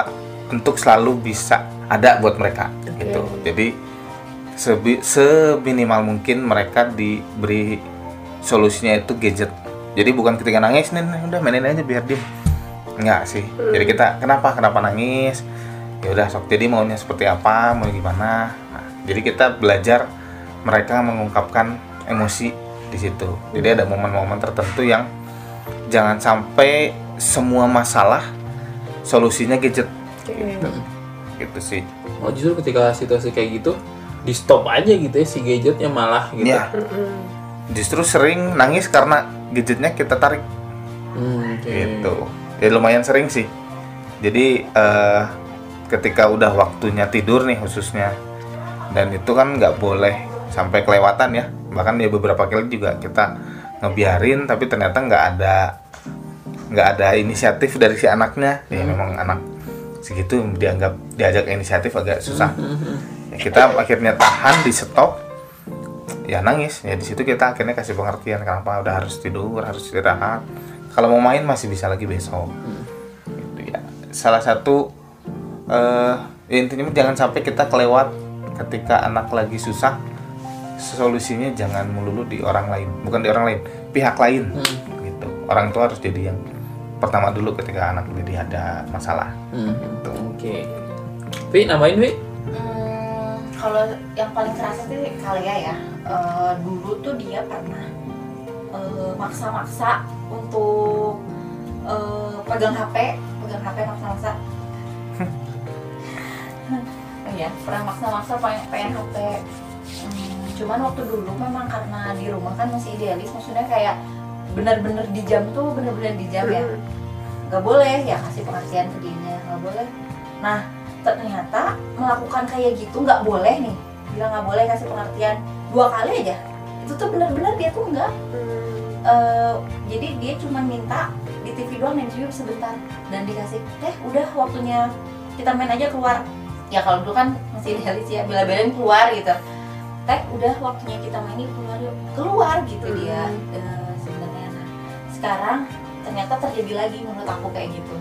untuk selalu bisa ada buat mereka gitu. Jadi sebi- seminimal mungkin mereka diberi solusinya itu gadget. Jadi bukan ketika nangis nih udah mainin aja biar diem. Enggak sih. Jadi kita kenapa kenapa nangis? Ya udah sok jadi maunya seperti apa, mau gimana. Nah, jadi kita belajar mereka mengungkapkan emosi di situ. Jadi ada momen-momen tertentu yang jangan sampai semua masalah solusinya gadget. Gitu. Gitu sih. Oh justru ketika situasi kayak gitu di stop aja gitu ya si gadgetnya malah gitu. Ya. Justru sering nangis karena gadgetnya kita tarik. Hmm, oke. Gitu. Ya lumayan sering sih. Jadi eh, ketika udah waktunya tidur nih khususnya, dan itu kan nggak boleh sampai kelewatan ya. Bahkan ya beberapa kali juga kita ngebiarin, tapi ternyata nggak ada nggak ada inisiatif dari si anaknya. Ya memang anak segitu dianggap diajak inisiatif agak susah. Ya, kita akhirnya tahan di stop. Ya nangis. Ya di situ kita akhirnya kasih pengertian kenapa udah harus tidur, harus istirahat. Kalau mau main masih bisa lagi besok. Gitu ya. Salah satu uh, ya intinya jangan sampai kita kelewat ketika anak lagi susah. Solusinya jangan melulu di orang lain, bukan di orang lain, pihak lain. Hmm. Gitu. Orang tua harus jadi yang pertama dulu ketika anak jadi ada masalah. Hmm. Gitu. Oke. Okay. Vi, nambahin Vi? Hmm, kalau yang paling kerasa sih Kalia ya. Uh, dulu tuh dia pernah uh, maksa-maksa untuk uh, pegang H P, pegang H P maksa-maksa. Iya, pernah maksa-maksa pengen, pengen H P. Hmm, cuman waktu dulu memang karena di rumah kan masih idealis, maksudnya kayak benar-benar di jam tuh benar-benar di jam ya. Nggak boleh ya kasih pengertian ke dia, nggak boleh. Nah ternyata melakukan kayak gitu nggak boleh nih, bilang nggak boleh kasih pengertian dua kali aja. Itu tuh benar-benar dia tuh nggak. Uh, jadi dia cuma minta di T V doang main T V sebentar dan dikasih teh udah waktunya kita main aja keluar. Ya kalau dulu kan masih idealis ya, bela-belain keluar gitu. Teh udah waktunya kita main keluar yuk, keluar gitu hmm. dia uh, sebenarnya. Nah sekarang ternyata terjadi lagi menurut aku kayak gitu.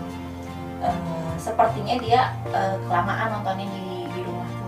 Uh, sepertinya dia uh, kelamaan nontonin di di rumah tuh.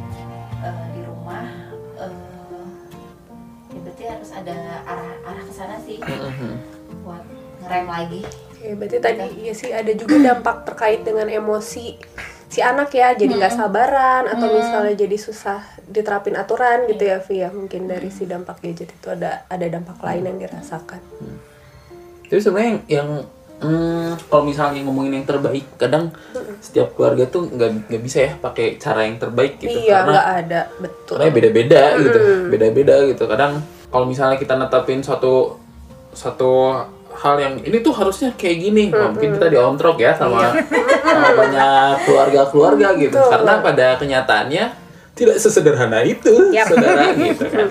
Uh, di rumah. Uh, ya berarti harus ada arah arah ke sana sih buat ngerem lagi. Oke, berarti tadi ya sih ada juga dampak terkait dengan emosi si anak ya, jadi nggak hmm. sabaran atau hmm. misalnya jadi susah diterapin aturan gitu ya Vi ya, mungkin dari si dampak gadget itu ada ada dampak lain yang dirasakan. Hmm. Tapi sebenarnya yang, yang hmm, kalau misalnya ngomongin yang terbaik, kadang hmm. setiap keluarga tuh nggak nggak bisa ya pakai cara yang terbaik gitu. Iya, nggak ada, betul. Karena beda-beda hmm. gitu, beda-beda gitu. Kadang kalau misalnya kita netapin satu satu hal yang ini tuh harusnya kayak gini, hmm. nah, mungkin kita diontrok ya sama, sama banyak keluarga-keluarga gitu. Betul. Karena pada kenyataannya tidak sesederhana itu, yep. saudara gitu kan.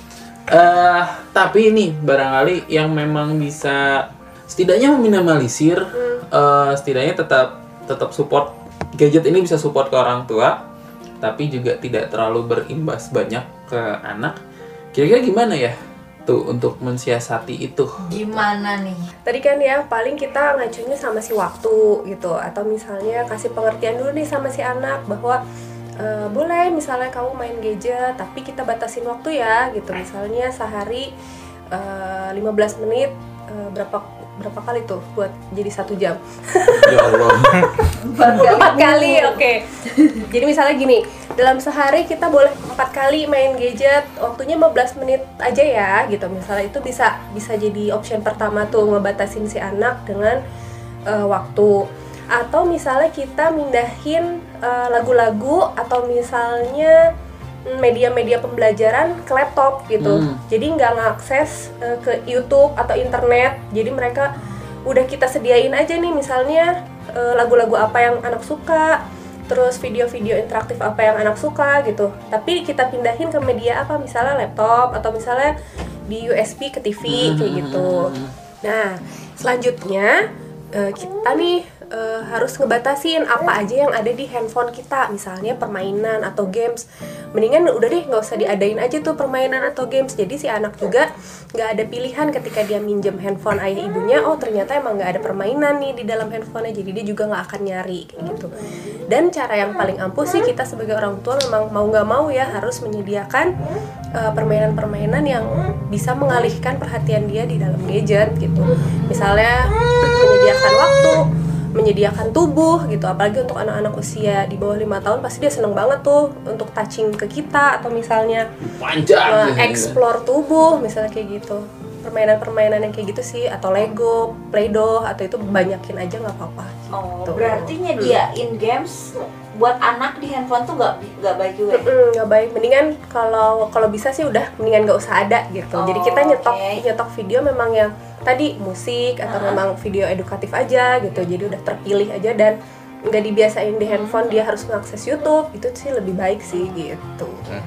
Uh, tapi ini barangkali yang memang bisa setidaknya meminimalisir, hmm. uh, setidaknya tetap tetap support gadget ini bisa support ke orang tua, tapi juga tidak terlalu berimbas banyak ke anak. Kira-kira gimana ya tuh untuk mensiasati itu? Gimana nih? Tadi kan ya paling kita ngacunya sama si waktu gitu, atau misalnya kasih pengertian dulu nih sama si anak bahwa e, boleh misalnya kamu main gadget tapi kita batasin waktu ya gitu, misalnya sehari e, lima belas menit e, berapa berapa kali tuh buat jadi satu jam? Ya Allah. Empat kali, oke. Okay. Jadi misalnya gini, dalam sehari kita boleh empat kali main gadget, waktunya lima belas menit aja ya, gitu. Misalnya itu bisa bisa jadi option pertama tuh, ngebatasin si anak dengan uh, waktu. Atau misalnya kita mindahin uh, lagu-lagu atau misalnya media-media pembelajaran ke laptop gitu. Hmm. Jadi nggak ngakses uh, ke YouTube atau internet. Jadi mereka udah kita sediain aja nih misalnya uh, lagu-lagu apa yang anak suka, terus video-video interaktif apa yang anak suka gitu. Tapi kita pindahin ke media apa, misalnya laptop atau misalnya di U S B ke T V hmm. kayak gitu. Nah, selanjutnya uh, kita nih uh, harus ngebatasin apa aja yang ada di handphone kita, misalnya permainan atau games. mendingan udah deh nggak usah diadain aja tuh permainan atau games. Jadi si anak juga nggak ada pilihan ketika dia minjem handphone ayah ibunya, oh ternyata emang nggak ada permainan nih di dalam handphonenya, jadi dia juga nggak akan nyari kayak gitu. Dan cara yang paling ampuh sih kita sebagai orang tua memang mau nggak mau ya harus menyediakan uh, permainan-permainan yang bisa mengalihkan perhatian dia di dalam gadget gitu. Misalnya menyediakan waktu, menyediakan tubuh gitu, apalagi untuk anak-anak usia di bawah lima tahun pasti dia seneng banget tuh untuk touching ke kita atau misalnya Panjang. explore tubuh misalnya kayak gitu. Permainan-permainan yang kayak gitu sih, atau Lego, Play-Doh, atau itu banyakin aja nggak apa-apa gitu. Oh, berarti nyediain games buat anak di handphone tuh nggak nggak baik juga ya? Mm-mm, nggak baik. Mendingan kalau kalau bisa sih udah mendingan nggak usah ada gitu. Oh, Jadi kita nyetok okay. nyetok video memang yang tadi musik atau Uh-huh. memang video edukatif aja gitu. Jadi udah terpilih aja dan nggak dibiasain di handphone dia harus mengakses YouTube. Itu sih lebih baik sih gitu.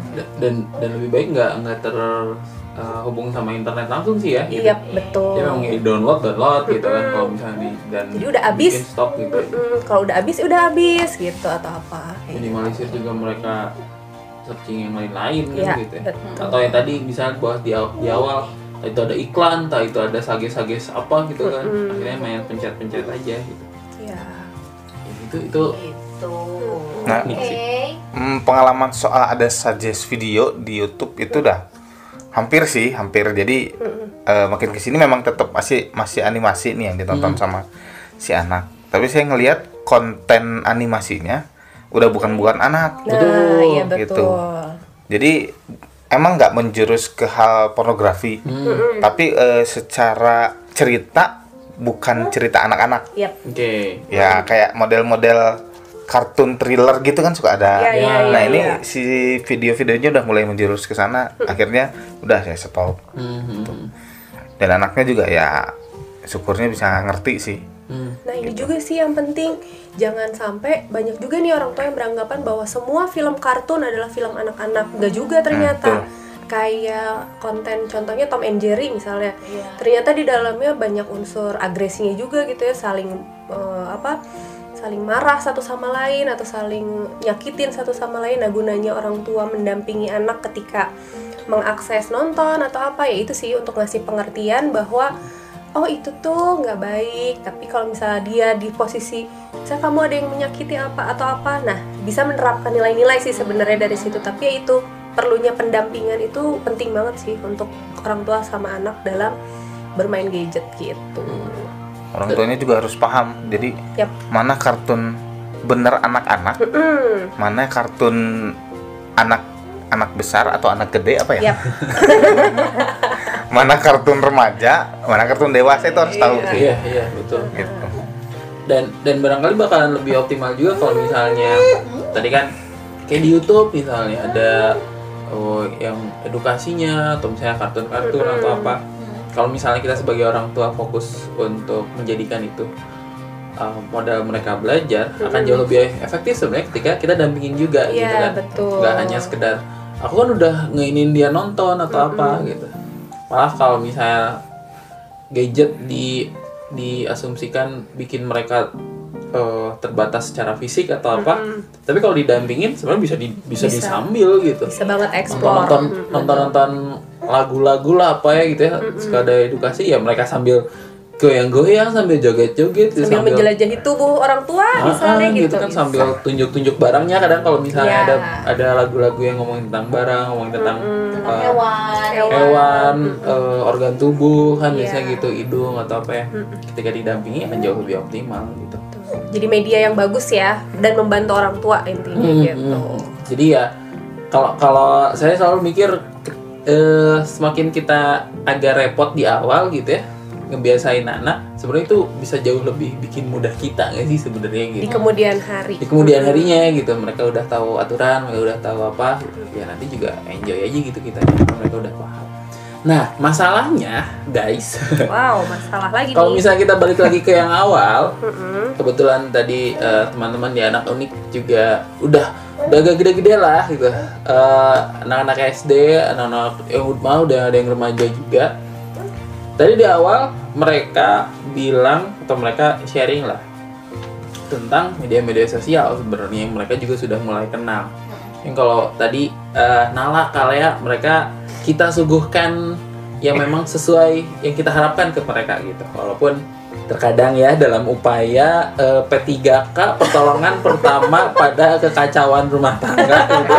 dan dan lebih baik nggak nggak terhubung sama internet langsung sih ya gitu. Iya betul. Dia memang download download gitu kan kalau misalnya di, dan Jadi udah habis. bikin stok gitu. Mm-mm, kalau udah habis udah habis gitu atau apa. Kayak gitu. Minimalisir juga mereka searching yang lain-lain kan Iya, gitu ya. betul. Atau yang tadi misalnya bahas di, aw- di awal entah itu ada iklan, entah itu ada sages-sages apa gitu kan. Mm-mm. Akhirnya main pencet-pencet aja gitu. Iya. Ya, itu itu Gitu. Nah, Oke. Hmm, pengalaman soal ada suggest video di YouTube itu udah hampir sih, hampir. Jadi eh, makin kesini memang tetap masih masih animasi nih yang ditonton sama si anak. Tapi saya ngelihat konten animasinya udah bukan bukan anak. Nah, Betul, iya betul. gitu. Jadi emang nggak menjurus ke hal pornografi, tapi eh, secara cerita bukan cerita anak-anak. Yap. oke. Ya kayak model-model kartun thriller gitu kan suka ada. Iya, iya, Nah iya, ini iya. si video-videonya udah mulai menjurus ke sana. Akhirnya udah saya stop. Mhm. Dan anaknya juga ya syukurnya bisa ngerti sih. Hmm. Nah ini juga sih yang penting, jangan sampai banyak juga nih orang tua yang beranggapan bahwa semua film kartun adalah film anak-anak. Enggak juga ternyata. Kayak konten contohnya Tom and Jerry misalnya, Iya. ternyata di dalamnya banyak unsur agresinya juga gitu ya, saling eh, apa saling marah satu sama lain atau saling nyakitin satu sama lain. Nah gunanya orang tua mendampingi anak ketika mengakses nonton atau apa ya itu sih untuk ngasih pengertian bahwa oh itu tuh nggak baik. Tapi kalau misalnya dia di posisi misalnya kamu ada yang menyakiti apa atau apa, nah bisa menerapkan nilai-nilai sih sebenarnya dari situ. Tapi ya itu perlunya pendampingan itu penting banget sih untuk orang tua sama anak dalam bermain gadget gitu. Orang tuanya juga harus paham. Jadi Yap. mana kartun bener anak-anak, Mm, mana kartun anak anak besar atau anak gede apa ya? Yap. Mana kartun remaja, mana kartun dewasa itu harus tahu sih. Iya, iya, betul. Gitu. Dan dan barangkali bakalan lebih optimal juga kalau misalnya tadi kan kayak di YouTube misalnya ada oh, yang edukasinya atau misalnya kartun-kartun atau apa. Kalau misalnya kita sebagai orang tua fokus untuk menjadikan itu uh, modal mereka belajar, akan jauh lebih efektif sebenarnya ketika kita dampingin juga Iya, gitu kan. betul. Nggak hanya sekedar aku kan udah ngeinin dia nonton atau apa gitu. Malah kalau misalnya gadget di diasumsikan bikin mereka uh, terbatas secara fisik atau apa, tapi kalau didampingin sebenarnya bisa di, bisa, Bisa. disambil gitu. Bisa banget explore. Nonton Mm, nonton nonton lagu-lagu lah apa ya gitu ya, suka ada edukasi ya mereka sambil goyang-goyang sambil joget-joget gitu, sambil menjelajahi tubuh orang tua Ah, misalnya ah, gitu. kan bisa. sambil tunjuk-tunjuk barangnya. Kadang kalau misalnya Iya. ada ada lagu-lagu yang ngomongin tentang barang, ngomongin tentang Tentang uh, hewan. Hewan. hewan, eh, organ tubuh kan Iya. biasanya gitu, hidung atau apa ya. Ketika didampingi akan jauh lebih optimal gitu. Jadi media yang bagus ya dan membantu orang tua intinya Hmm, gitu. hmm. Jadi ya kalau kalau saya selalu mikir eh, semakin kita agak repot di awal gitu ya ngebiasain anak, sebenarnya itu bisa jauh lebih bikin mudah kita nggak sih sebenarnya Di gitu. kemudian hari. Di kemudian harinya gitu mereka udah tahu aturan, mereka udah tahu apa, ya nanti juga enjoy aja gitu kita, mereka udah paham. Nah masalahnya guys, Wow, masalah lagi kalau nih. misalnya kita balik lagi ke yang awal, Mm-mm. kebetulan tadi eh, teman-teman di anak unik juga udah udah agak gede-gede lah gitu. Eh, anak-anak S D, anak-anak yang udah udah ada yang remaja juga. Tadi di awal mereka bilang atau mereka sharing lah tentang media-media sosial sebenarnya yang mereka juga sudah mulai kenal. Yang kalau tadi eh, Nala, Kalea, mereka kita suguhkan yang memang sesuai yang kita harapkan ke mereka gitu. Walaupun terkadang ya dalam upaya eh, P tiga K pertolongan pertama pada kekacauan rumah tangga gitu.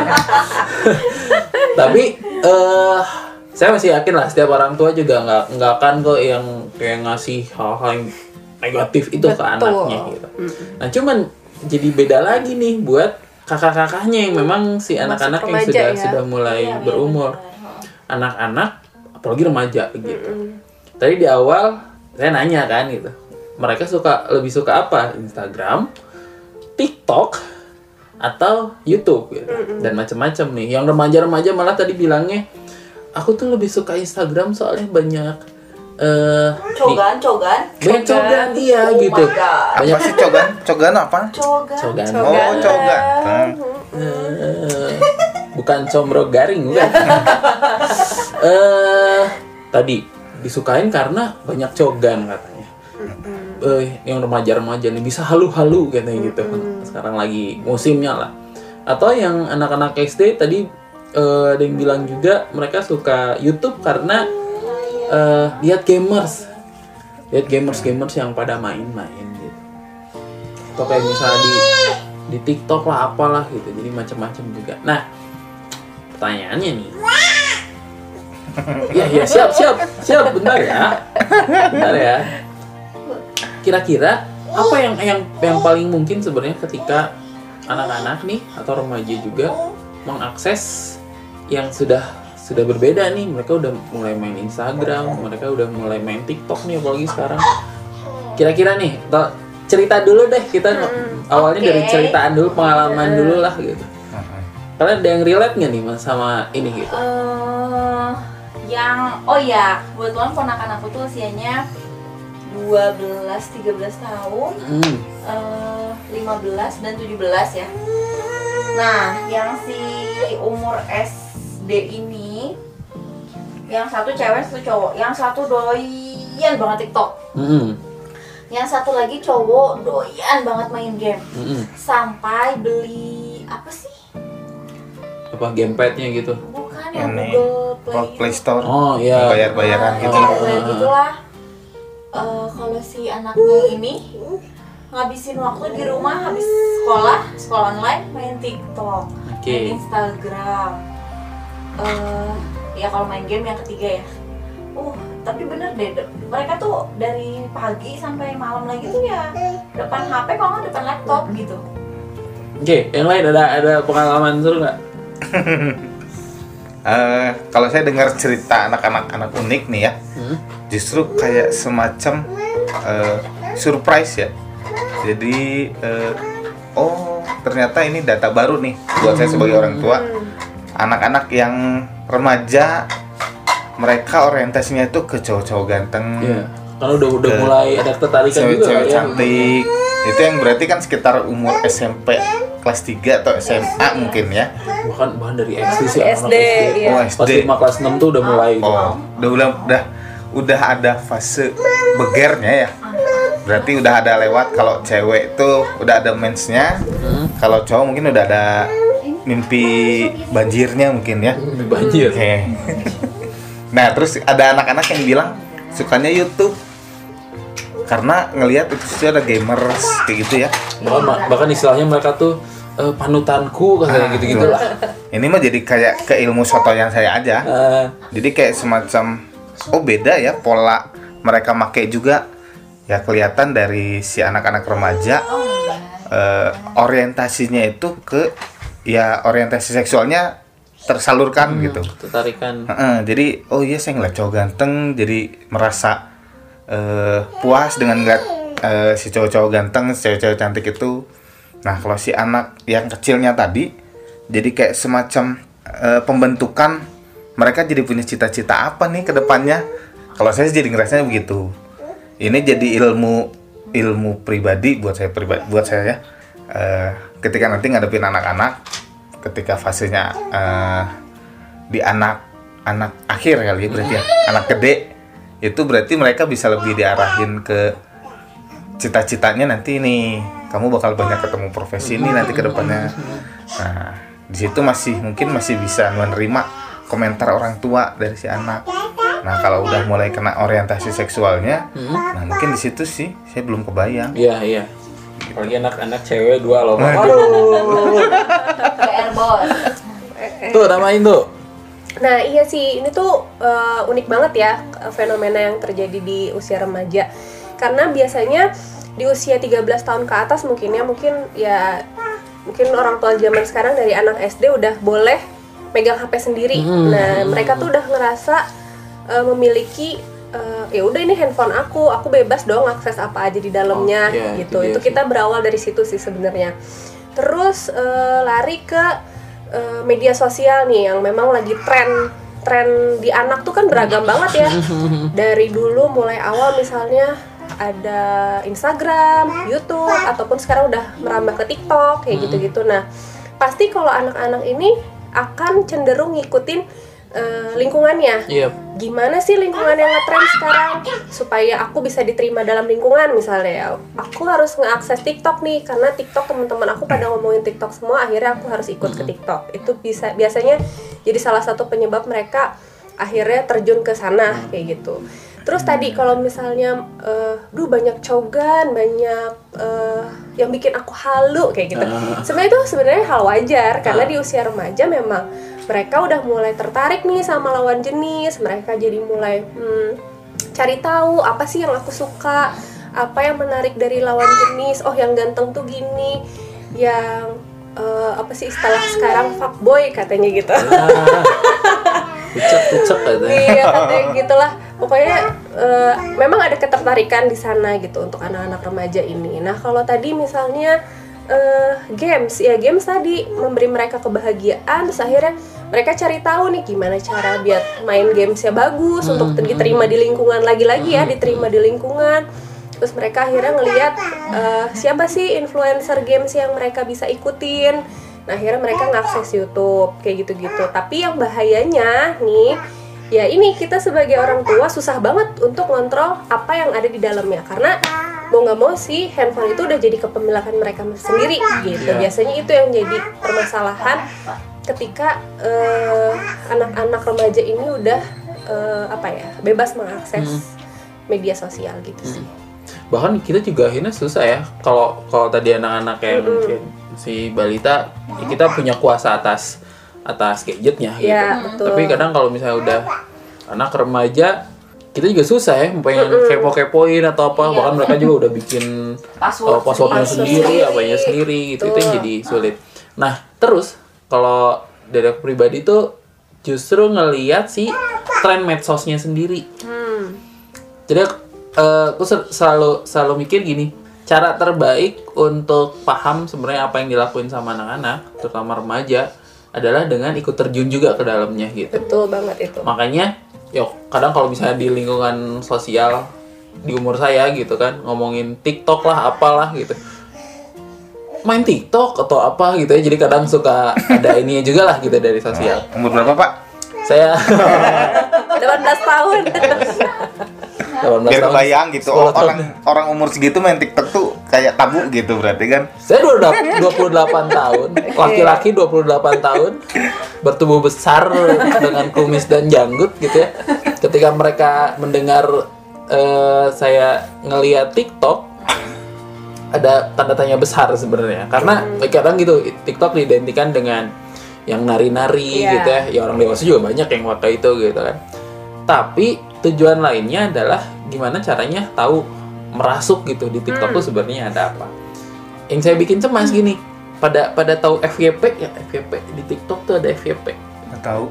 Tapi eh saya masih yakin lah setiap orang tua juga nggak nggak akan kok yang kayak ngasih hal-hal yang negatif itu ke Betul. anaknya gitu. Nah cuman jadi beda lagi nih buat kakak-kakaknya yang memang si Masuk anak-anak yang remaja sudah ya. sudah mulai Iya, iya, berumur, benar. anak-anak apalagi remaja gitu. Tadi di awal saya nanya kan gitu, mereka suka lebih suka apa? Instagram, TikTok, atau YouTube gitu. Dan macam-macam nih. Yang remaja-remaja malah tadi bilangnya, aku tuh lebih suka Instagram soalnya banyak eh Cogan, cogan. banyak cogan iya Oh gitu. my God. Banyak Apa sih cogan? Cogan apa? Cogan. cogan. Oh, cogan. Hmm. Eh, bukan combro garing bukan. eh tadi disukain karena banyak cogan katanya. Eh yang remaja-remaja nih bisa halu-halu katanya gitu. Sekarang lagi musimnya lah. Atau yang anak-anak S D tadi eh, ada yang bilang juga mereka suka YouTube karena eh, lihat gamers. Lihat gamers-gamers yang pada main-main gitu. Atau kayak misalnya di di TikTok lah apalah gitu. Jadi macam-macam juga. Nah, pertanyaannya nih. Ya, ya siap, siap, siap. Bentar ya, bentar ya. Kira-kira apa yang yang yang paling mungkin sebenarnya ketika anak-anak nih atau remaja juga mengakses yang sudah sudah berbeda nih. Mereka udah mulai main Instagram, mereka udah mulai main TikTok nih apalagi sekarang. Kira-kira nih, to- cerita dulu deh kita awalnya Oke. dari ceritaan dulu, pengalaman dulu lah gitu. Kalian ada yang relate nggak nih Mas sama ini gitu? Eh, yang oh ya, kebetulan ponakan aku tuh usianya dua belas tiga belas tahun, Hmm. eh, lima belas dan tujuh belas ya. Nah, yang si umur S D ini, yang satu cewek, satu cowok. Yang satu doyan banget TikTok. Hmm. Yang satu lagi cowok doyan banget main game. Hmm. Sampai beli apa sih? Apa gamepadnya gitu? Bukan yang Ini Google Play. oh, Play Store. Oh iya. Bayar-bayaran gitu. Oh, kayak gitulah. Eh, kalau si anaknya ini ngabisin waktu di rumah habis sekolah, sekolah online main TikTok, Oke. main Instagram. Eh, ya kalau main game yang ketiga ya. Uh, tapi bener deh, de- mereka tuh dari pagi sampai malam lagi tuh ya depan H P, kalau nggak depan laptop gitu. Oke, yang lain ada ada pengalaman seru nggak? Eh, kalau saya dengar cerita anak-anak anak unik nih ya, Hmm? justru kayak semacam eh, surprise ya. Jadi eh, oh ternyata ini data baru nih buat saya sebagai orang tua. Anak-anak yang remaja mereka orientasinya itu ke cowok-cowok ganteng, Iya. Karena udah udah Ke mulai ada ketarikan juga cewek-cewek ya. cantik. Itu yang berarti kan sekitar umur S M P kelas tiga atau S M A mungkin ya. Bahkan bahkan dari S D sih S D, anak-anak S D. iya. Oh, S Kelas D. lima kelas enam tuh udah mulai gitu. Oh, udah udah udah udah ada fase begernya ya. Berarti udah ada lewat. Kalau cewek itu udah ada mensnya. Hmm. Kalau cowok mungkin udah ada mimpi banjirnya mungkin ya. Lebih banjir. Oke. Nah, terus ada anak-anak yang bilang sukanya YouTube karena ngelihat itu sih ada gamers kayak gitu ya. Bahkan, bahkan istilahnya mereka tuh eh, panutanku katanya Ah, gitu-gitu lah. Ini mah jadi kayak ke ilmu sotoyan saya aja. Eh, Jadi kayak semacam oh beda ya pola mereka make juga ya kelihatan dari si anak-anak remaja eh, orientasinya itu ke ya orientasi seksualnya tersalurkan gitu. Ketarikan. Heeh, jadi oh iya saya ngeliat cowok ganteng jadi merasa eh, puas dengan ngeliat eh, si cowok-cowok ganteng, si cewek-cewek cantik itu. Nah kalau si anak yang kecilnya tadi jadi kayak semacam eh, pembentukan mereka jadi punya cita-cita apa nih ke depannya. Kalau saya sih jadi ngerasanya begitu. Ini jadi ilmu ilmu pribadi buat saya pribadi buat saya ya. Eh, ketika nanti ngadepin anak-anak ketika fasenya eh, di anak anak akhir kali ya berarti ya anak gede itu berarti mereka bisa lebih diarahin ke cita-citanya nanti nih kamu bakal banyak ketemu profesi ini nanti ke depannya. Nah di situ masih mungkin masih bisa menerima komentar orang tua dari si anak. Nah kalau udah mulai kena orientasi seksualnya, hmm. nah mungkin di situ sih saya belum kebayang. Iya iya. Apalagi anak-anak cewek dua loh. Aduh. P R bos. Tuh namain tuh. Nah iya sih, ini tuh uh, unik banget ya fenomena yang terjadi di usia remaja. Karena biasanya di usia tiga belas tahun ke atas mungkin ya, mungkin ya mungkin orang tua zaman sekarang dari anak S D udah boleh megang H P sendiri. Hmm. Nah mereka tuh udah ngerasa uh, memiliki uh, ya udah ini handphone aku, aku bebas dong akses apa aja di dalamnya, oh, yeah, gitu. Itu, itu kita berawal dari situ sih sebenarnya. Terus uh, lari ke uh, media sosial nih yang memang lagi tren tren di anak tuh kan beragam banget ya. Dari dulu mulai awal misalnya ada Instagram, YouTube, ataupun sekarang udah merambah ke TikTok kayak gitu-gitu. Nah pasti kalau anak-anak ini akan cenderung ngikutin uh, lingkungannya. Yep. Gimana sih lingkungan yang ngetrend sekarang supaya aku bisa diterima dalam lingkungan misalnya ya. Aku harus ngeakses TikTok nih karena TikTok teman-teman aku pada ngomongin TikTok semua, akhirnya aku harus ikut ke TikTok. Itu bisa biasanya jadi salah satu penyebab mereka akhirnya terjun ke sana kayak gitu. Terus tadi kalau misalnya, uh, duh banyak cogan, banyak uh, yang bikin aku halu kayak gitu. Sebenarnya itu sebenarnya hal wajar karena di usia remaja memang mereka udah mulai tertarik nih sama lawan jenis. Mereka jadi mulai hmm, cari tahu apa sih yang aku suka, apa yang menarik dari lawan jenis. Oh yang ganteng tuh gini, yang uh, apa sih istilah sekarang fuckboy katanya gitu. Pucek-pucek katanya. Iya katanya gitulah. Pokoknya uh, memang ada ketertarikan di sana gitu untuk anak-anak remaja ini. Nah kalau tadi misalnya uh, games, ya games tadi memberi mereka kebahagiaan, terus akhirnya mereka cari tahu nih gimana cara biar main gamesnya bagus hmm, untuk diterima di lingkungan lagi-lagi ya, diterima di lingkungan. Terus mereka akhirnya ngelihat uh, siapa sih influencer games yang mereka bisa ikutin. Nah akhirnya mereka ngakses YouTube kayak gitu-gitu. Tapi yang bahayanya nih, ya ini kita sebagai orang tua susah banget untuk ngontrol apa yang ada di dalamnya. Karena mau nggak mau sih handphone itu udah jadi kepemilikan mereka sendiri gitu. Yeah. Biasanya itu yang jadi permasalahan ketika uh, anak-anak remaja ini udah uh, apa ya bebas mengakses hmm. media sosial gitu hmm. sih. Bahkan kita juga akhirnya susah ya kalau kalau tadi anak-anak yang mm-hmm. mungkin si balita ya kita punya kuasa atas atas gadgetnya gitu. Ya, betul. Tapi kadang kalau misalnya udah anak remaja kita juga susah ya pengen mm-hmm. kepo-kepoin atau apa, yeah. bahkan mereka juga udah bikin password, uh, passwordnya sendiri, apanya sendiri gitu, itu yang jadi sulit. Nah terus kalau dari aku pribadi tuh justru ngelihat si tren medsosnya sendiri. Hmm. Jadi Uh, aku selalu selalu mikir gini, cara terbaik untuk paham sebenarnya apa yang dilakuin sama anak-anak, terutama remaja, adalah dengan ikut terjun juga ke dalamnya gitu. Betul banget itu. Makanya, yuk kadang kalau misalnya di lingkungan sosial di umur saya gitu kan, ngomongin TikTok lah, apalah gitu, main TikTok atau apa gitu ya. Jadi kadang suka ada ininya juga lah gitu dari sosial. Umur berapa Pak? Saya delapan belas tahun. Biar kebayang gitu, oh, orang orang umur segitu main TikTok tuh kayak tabu gitu berarti kan? Saya udah dua puluh delapan tahun, laki-laki dua puluh delapan tahun, bertubuh besar dengan kumis dan janggut gitu ya. Ketika mereka mendengar uh, saya ngeliat TikTok, ada tanda tanya besar sebenarnya. Karena kadang gitu, TikTok diidentikan dengan yang nari-nari yeah. gitu ya. Ya orang dewasa juga banyak yang pakai itu gitu kan. Tapi tujuan lainnya adalah gimana caranya tahu merasuk gitu di TikTok hmm. tuh sebenarnya ada apa. Yang saya bikin cemas gini, pada pada tahu F Y P ya, F Y P di TikTok tuh ada F Y P. Nggak tahu.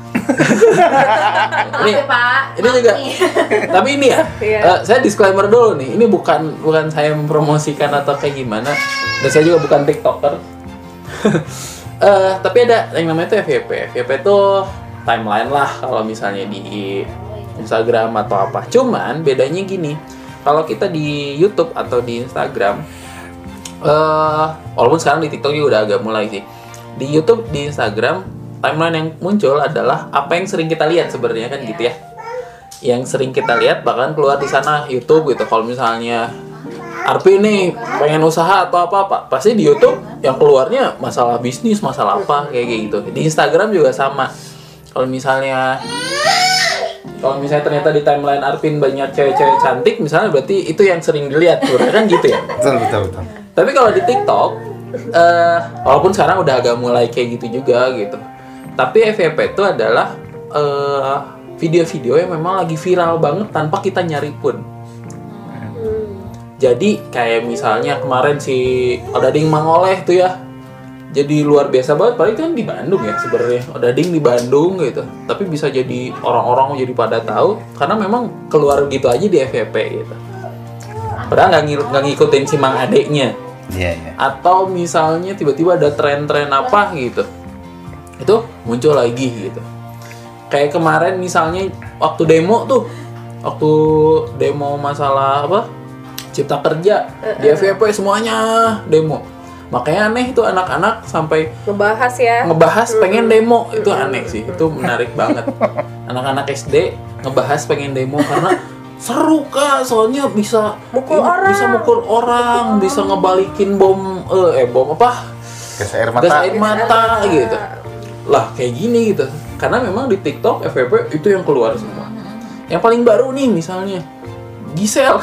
ini Pak, ini juga. Tapi ini ya, yeah. uh, saya disclaimer dulu nih. Ini bukan bukan saya mempromosikan atau kayak gimana. Dan saya juga bukan TikToker. uh, tapi ada yang namanya tuh F Y P. F Y P tuh timeline lah kalau misalnya di Instagram atau apa. Cuman bedanya gini, kalau kita di YouTube atau di Instagram, uh, walaupun sekarang di TikTok juga udah agak mulai sih. Di YouTube, di Instagram, timeline yang muncul adalah apa yang sering kita lihat sebenarnya kan gitu ya. Yang sering kita lihat bahkan keluar di sana YouTube gitu. Kalau misalnya Arpi nih pengen usaha atau apa-apa, pasti di YouTube yang keluarnya masalah bisnis, masalah apa kayak gitu. Di Instagram juga sama. Kalau misalnya kalau misalnya ternyata di timeline Arvin banyak cewek-cewek cantik misalnya, berarti itu yang sering dilihat tuh, kan gitu ya. Betul, betul, betul. Tapi kalau di TikTok, eh, walaupun sekarang udah agak mulai kayak gitu juga gitu. Tapi F Y P itu adalah eh, video-video yang memang lagi viral banget tanpa kita nyari pun. Jadi kayak misalnya kemarin si Odading Mangoleh tuh ya, jadi luar biasa banget. Paling kan di Bandung ya sebenarnya, Odading di Bandung gitu. Tapi bisa jadi orang-orang jadi pada tahu karena memang keluar gitu aja di F Y P gitu. Padahal nggak ngir- nggak ngikutin si Mang adeknya. Iya, iya. Atau misalnya tiba-tiba ada tren-tren apa gitu, itu muncul lagi gitu. Kayak kemarin misalnya waktu demo tuh, waktu demo masalah apa? Cipta kerja di F Y P semuanya demo. Makanya aneh itu anak-anak sampai Ngebahas ya. ngebahas pengen demo. Itu aneh sih, itu menarik banget. Anak-anak S D ngebahas pengen demo karena seru Kak, soalnya bisa Mukul ini, orang. bisa mukul orang, bisa ngebalikin bom eh, eh bom apa? Gas air Gas mata. air mata gitu. Lah kayak gini gitu. Karena memang di TikTok F Y P itu yang keluar semua. Yang paling baru nih misalnya Gisel.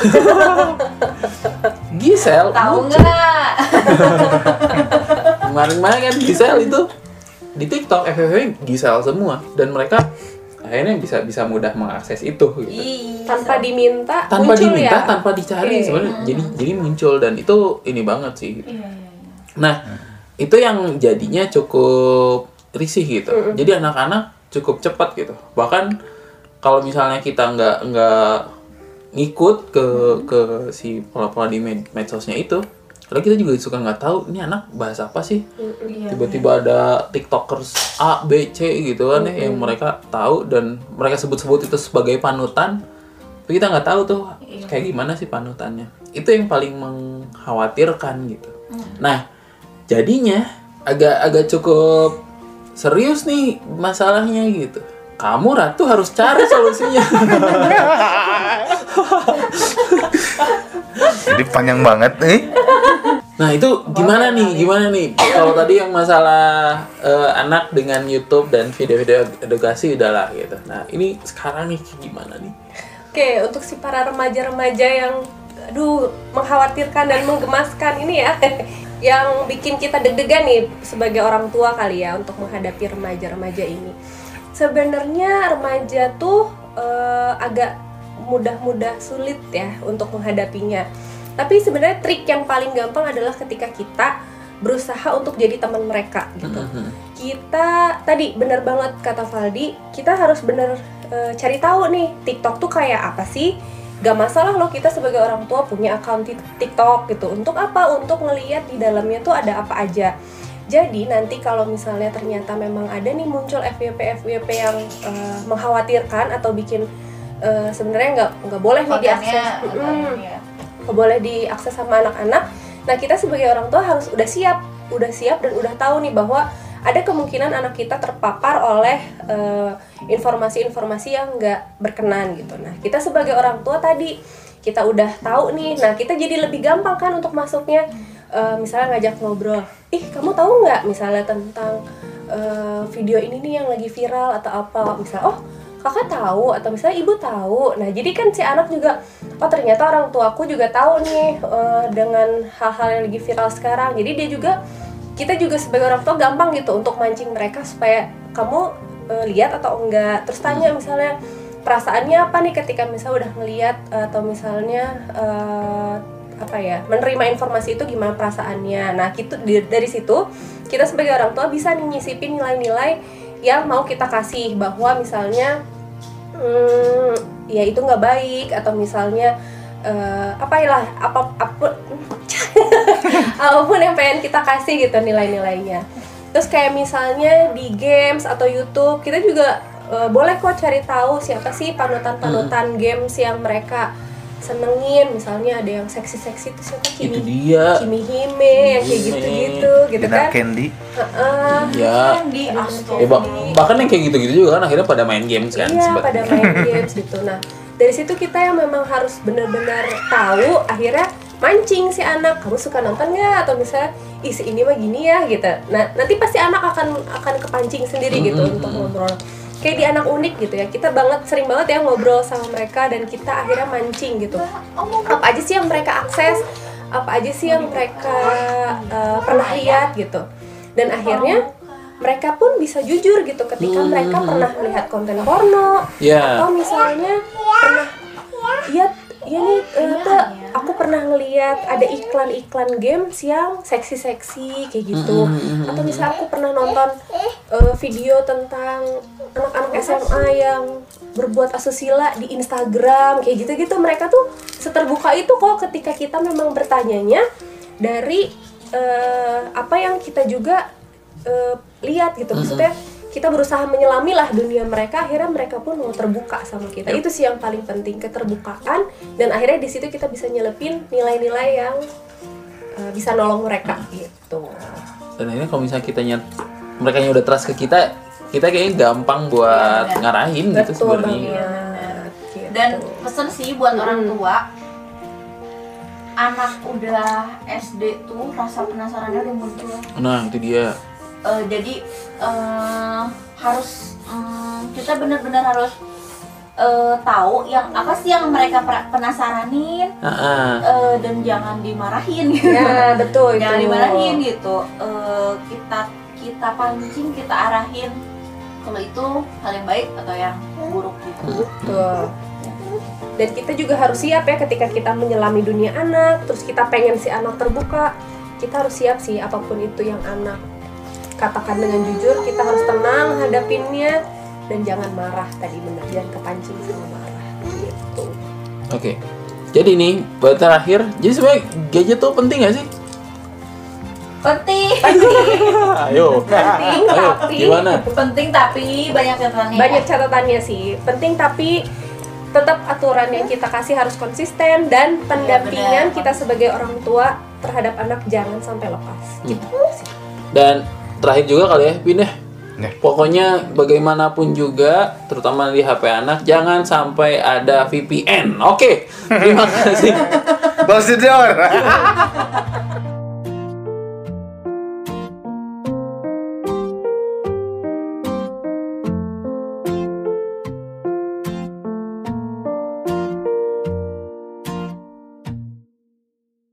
Gisel. Tahu nggak? Kemarin-kemarin kan Gisel itu di TikTok F Y P Gisel semua dan mereka akhirnya bisa bisa mudah mengakses itu gitu. Iya. Tanpa diminta Tanpa muncul diminta, ya. tanpa dicari Oke. sebenarnya. Jadi jadi muncul dan itu ini banget sih. Gitu. Iya, iya, iya. Nah, itu yang jadinya cukup risih gitu. Jadi anak-anak cukup cepat gitu. Bahkan kalau misalnya kita nggak nggak ngikut ke ke si pola-pola di med- medsosnya itu, karena kita juga suka nggak tahu ini anak bahas apa sih. Iya, Tiba-tiba ada tiktokers A, B, C gitu kan ya, yang mereka tahu dan mereka sebut-sebut itu sebagai panutan. Tapi kita nggak tahu tuh kayak gimana sih panutannya. Itu yang paling mengkhawatirkan gitu. Nah, jadinya agak agak cukup serius nih masalahnya gitu. Kamu Ratu harus cari solusinya. Jadi panjang banget nih. Nah itu gimana nih, gimana nih? Kalau tadi yang masalah eh, anak dengan YouTube dan video-video edukasi udahlah gitu. Nah ini sekarang nih gimana nih? Oke, untuk si para remaja-remaja yang aduh mengkhawatirkan dan menggemaskan ini ya. Yang bikin kita deg-degan nih sebagai orang tua kali ya untuk menghadapi remaja-remaja ini. Sebenarnya remaja tuh eh, agak mudah-mudah sulit ya untuk menghadapinya. Tapi sebenarnya trik yang paling gampang adalah ketika kita berusaha untuk jadi teman mereka gitu. Kita tadi benar banget kata Valdi, kita harus benar e, cari tahu nih TikTok tuh kayak apa sih. Gak masalah loh kita sebagai orang tua punya akun TikTok gitu. Untuk apa? Untuk ngeliat di dalamnya tuh ada apa aja. Jadi nanti kalau misalnya ternyata memang ada nih muncul F Y P F Y P yang e, mengkhawatirkan atau bikin e, sebenarnya nggak nggak boleh nih diakses. Mm. ya. Nggak boleh diakses sama anak-anak. Nah kita sebagai orang tua harus udah siap, udah siap dan udah tahu nih bahwa ada kemungkinan anak kita terpapar oleh uh, informasi-informasi yang nggak berkenan gitu. Nah kita sebagai orang tua tadi kita udah tahu nih, nah kita jadi lebih gampang kan untuk masuknya. Uh, misalnya ngajak ngobrol, ih kamu tahu nggak misalnya tentang uh, video ini nih yang lagi viral atau apa? Misalnya oh kakak tahu atau misalnya ibu tahu. Nah jadi kan si anak juga oh ternyata orang tuaku juga tahu nih uh, dengan hal-hal yang lagi viral sekarang. Jadi dia juga kita juga sebagai orang tua gampang gitu untuk mancing mereka supaya kamu uh, lihat atau enggak. Terus tanya misalnya perasaannya apa nih ketika misalnya udah ngelihat atau misalnya uh, apa ya menerima informasi itu gimana perasaannya. Nah gitu dari situ kita sebagai orang tua bisa nih nyisipin nilai-nilai yang mau kita kasih bahwa misalnya hmm, ya itu nggak baik atau misalnya uh, apa ya apa apa apapun yang pengen kita kasih gitu nilai-nilainya. Terus kayak misalnya di games atau YouTube kita juga uh, boleh kok cari tahu siapa sih panutan-panutan games yang mereka senengin. Misalnya ada yang seksi-seksi itu siapa Kimi, Itu dia. Kimi Hime yang kayak Hime. gitu-gitu gitu Dinar kan. Candy. Heeh. Ya. Di Ya, bah- bahkan yang kayak gitu-gitu juga kan akhirnya pada main games kan. Iya, sempet. pada main games gitu. Nah, dari situ kita yang memang harus benar-benar tahu, akhirnya mancing si anak, kamu suka nonton nggak, atau misalnya ih si ini mah gini ya gitu. Nah nanti pasti anak akan akan kepancing sendiri gitu Mm-hmm. untuk ngobrol. Kayak di anak unik gitu ya, kita banget sering banget ya ngobrol sama mereka dan kita akhirnya mancing gitu. Apa aja sih yang mereka akses, apa aja sih yang mereka uh, pernah lihat gitu. Dan akhirnya mereka pun bisa jujur gitu ketika mereka pernah melihat konten porno, Ya. atau misalnya pernah lihat ya nih eh, tuh aku pernah ngeliat ada iklan-iklan games yang seksi-seksi kayak gitu, atau misalnya aku pernah nonton eh, video tentang anak-anak S M A yang berbuat asusila di Instagram kayak gitu-gitu. Mereka tuh seterbuka itu kok ketika kita memang bertanyanya dari eh, apa yang kita juga eh, lihat gitu. Maksudnya kita berusaha menyelami lah dunia mereka, akhirnya mereka pun mau terbuka sama kita. Itu sih yang paling penting, keterbukaan, dan akhirnya di situ kita bisa nyelepin nilai-nilai yang uh, bisa nolong mereka gitu. Dan akhirnya kalau misalnya kita nyet mereka udah trust ke kita, kita kayaknya gampang buat Iya, ngarahin gitu Betul sebenarnya. banget. Gitu. Dan pesen sih buat orang Mm. tua, anak udah S D tuh rasa penasarannya udah muncul. Nah itu dia. Eh, jadi eh, harus mm, kita benar-benar harus eh, tahu yang apa sih yang mereka pra- penasaranin, Ah, eh, dan jangan dimarahin gitu. Ya betul itu. Jangan dimarahin gitu. Eh, kita kita pancing, kita arahin kalau itu hal yang baik atau yang buruk gitu. Betul. Dan kita juga harus siap ya ketika kita menyelami dunia anak, terus kita pengen si anak terbuka, kita harus siap sih apapun itu yang anak katakan dengan jujur, kita harus tenang hadapinnya dan jangan marah, tadi benar, jangan kepancing sama marah gitu. Oke. Jadi nih buat terakhir, jadi sebenarnya gadget tuh penting gak sih? Penting. Ayo. Penting Ayo, tapi gimana? Penting tapi banyak catatannya. banyak catatannya sih. Penting tapi tetap aturan yang kita kasih harus konsisten dan pendampingan benar. kita sebagai orang tua terhadap anak jangan sampai lepas. Gitu sih. Dan terakhir juga kali ya, Pin ya. Ya. Pokoknya bagaimanapun juga, terutama di H P anak, jangan sampai ada V P N. Oke, terima kasih. Close the door.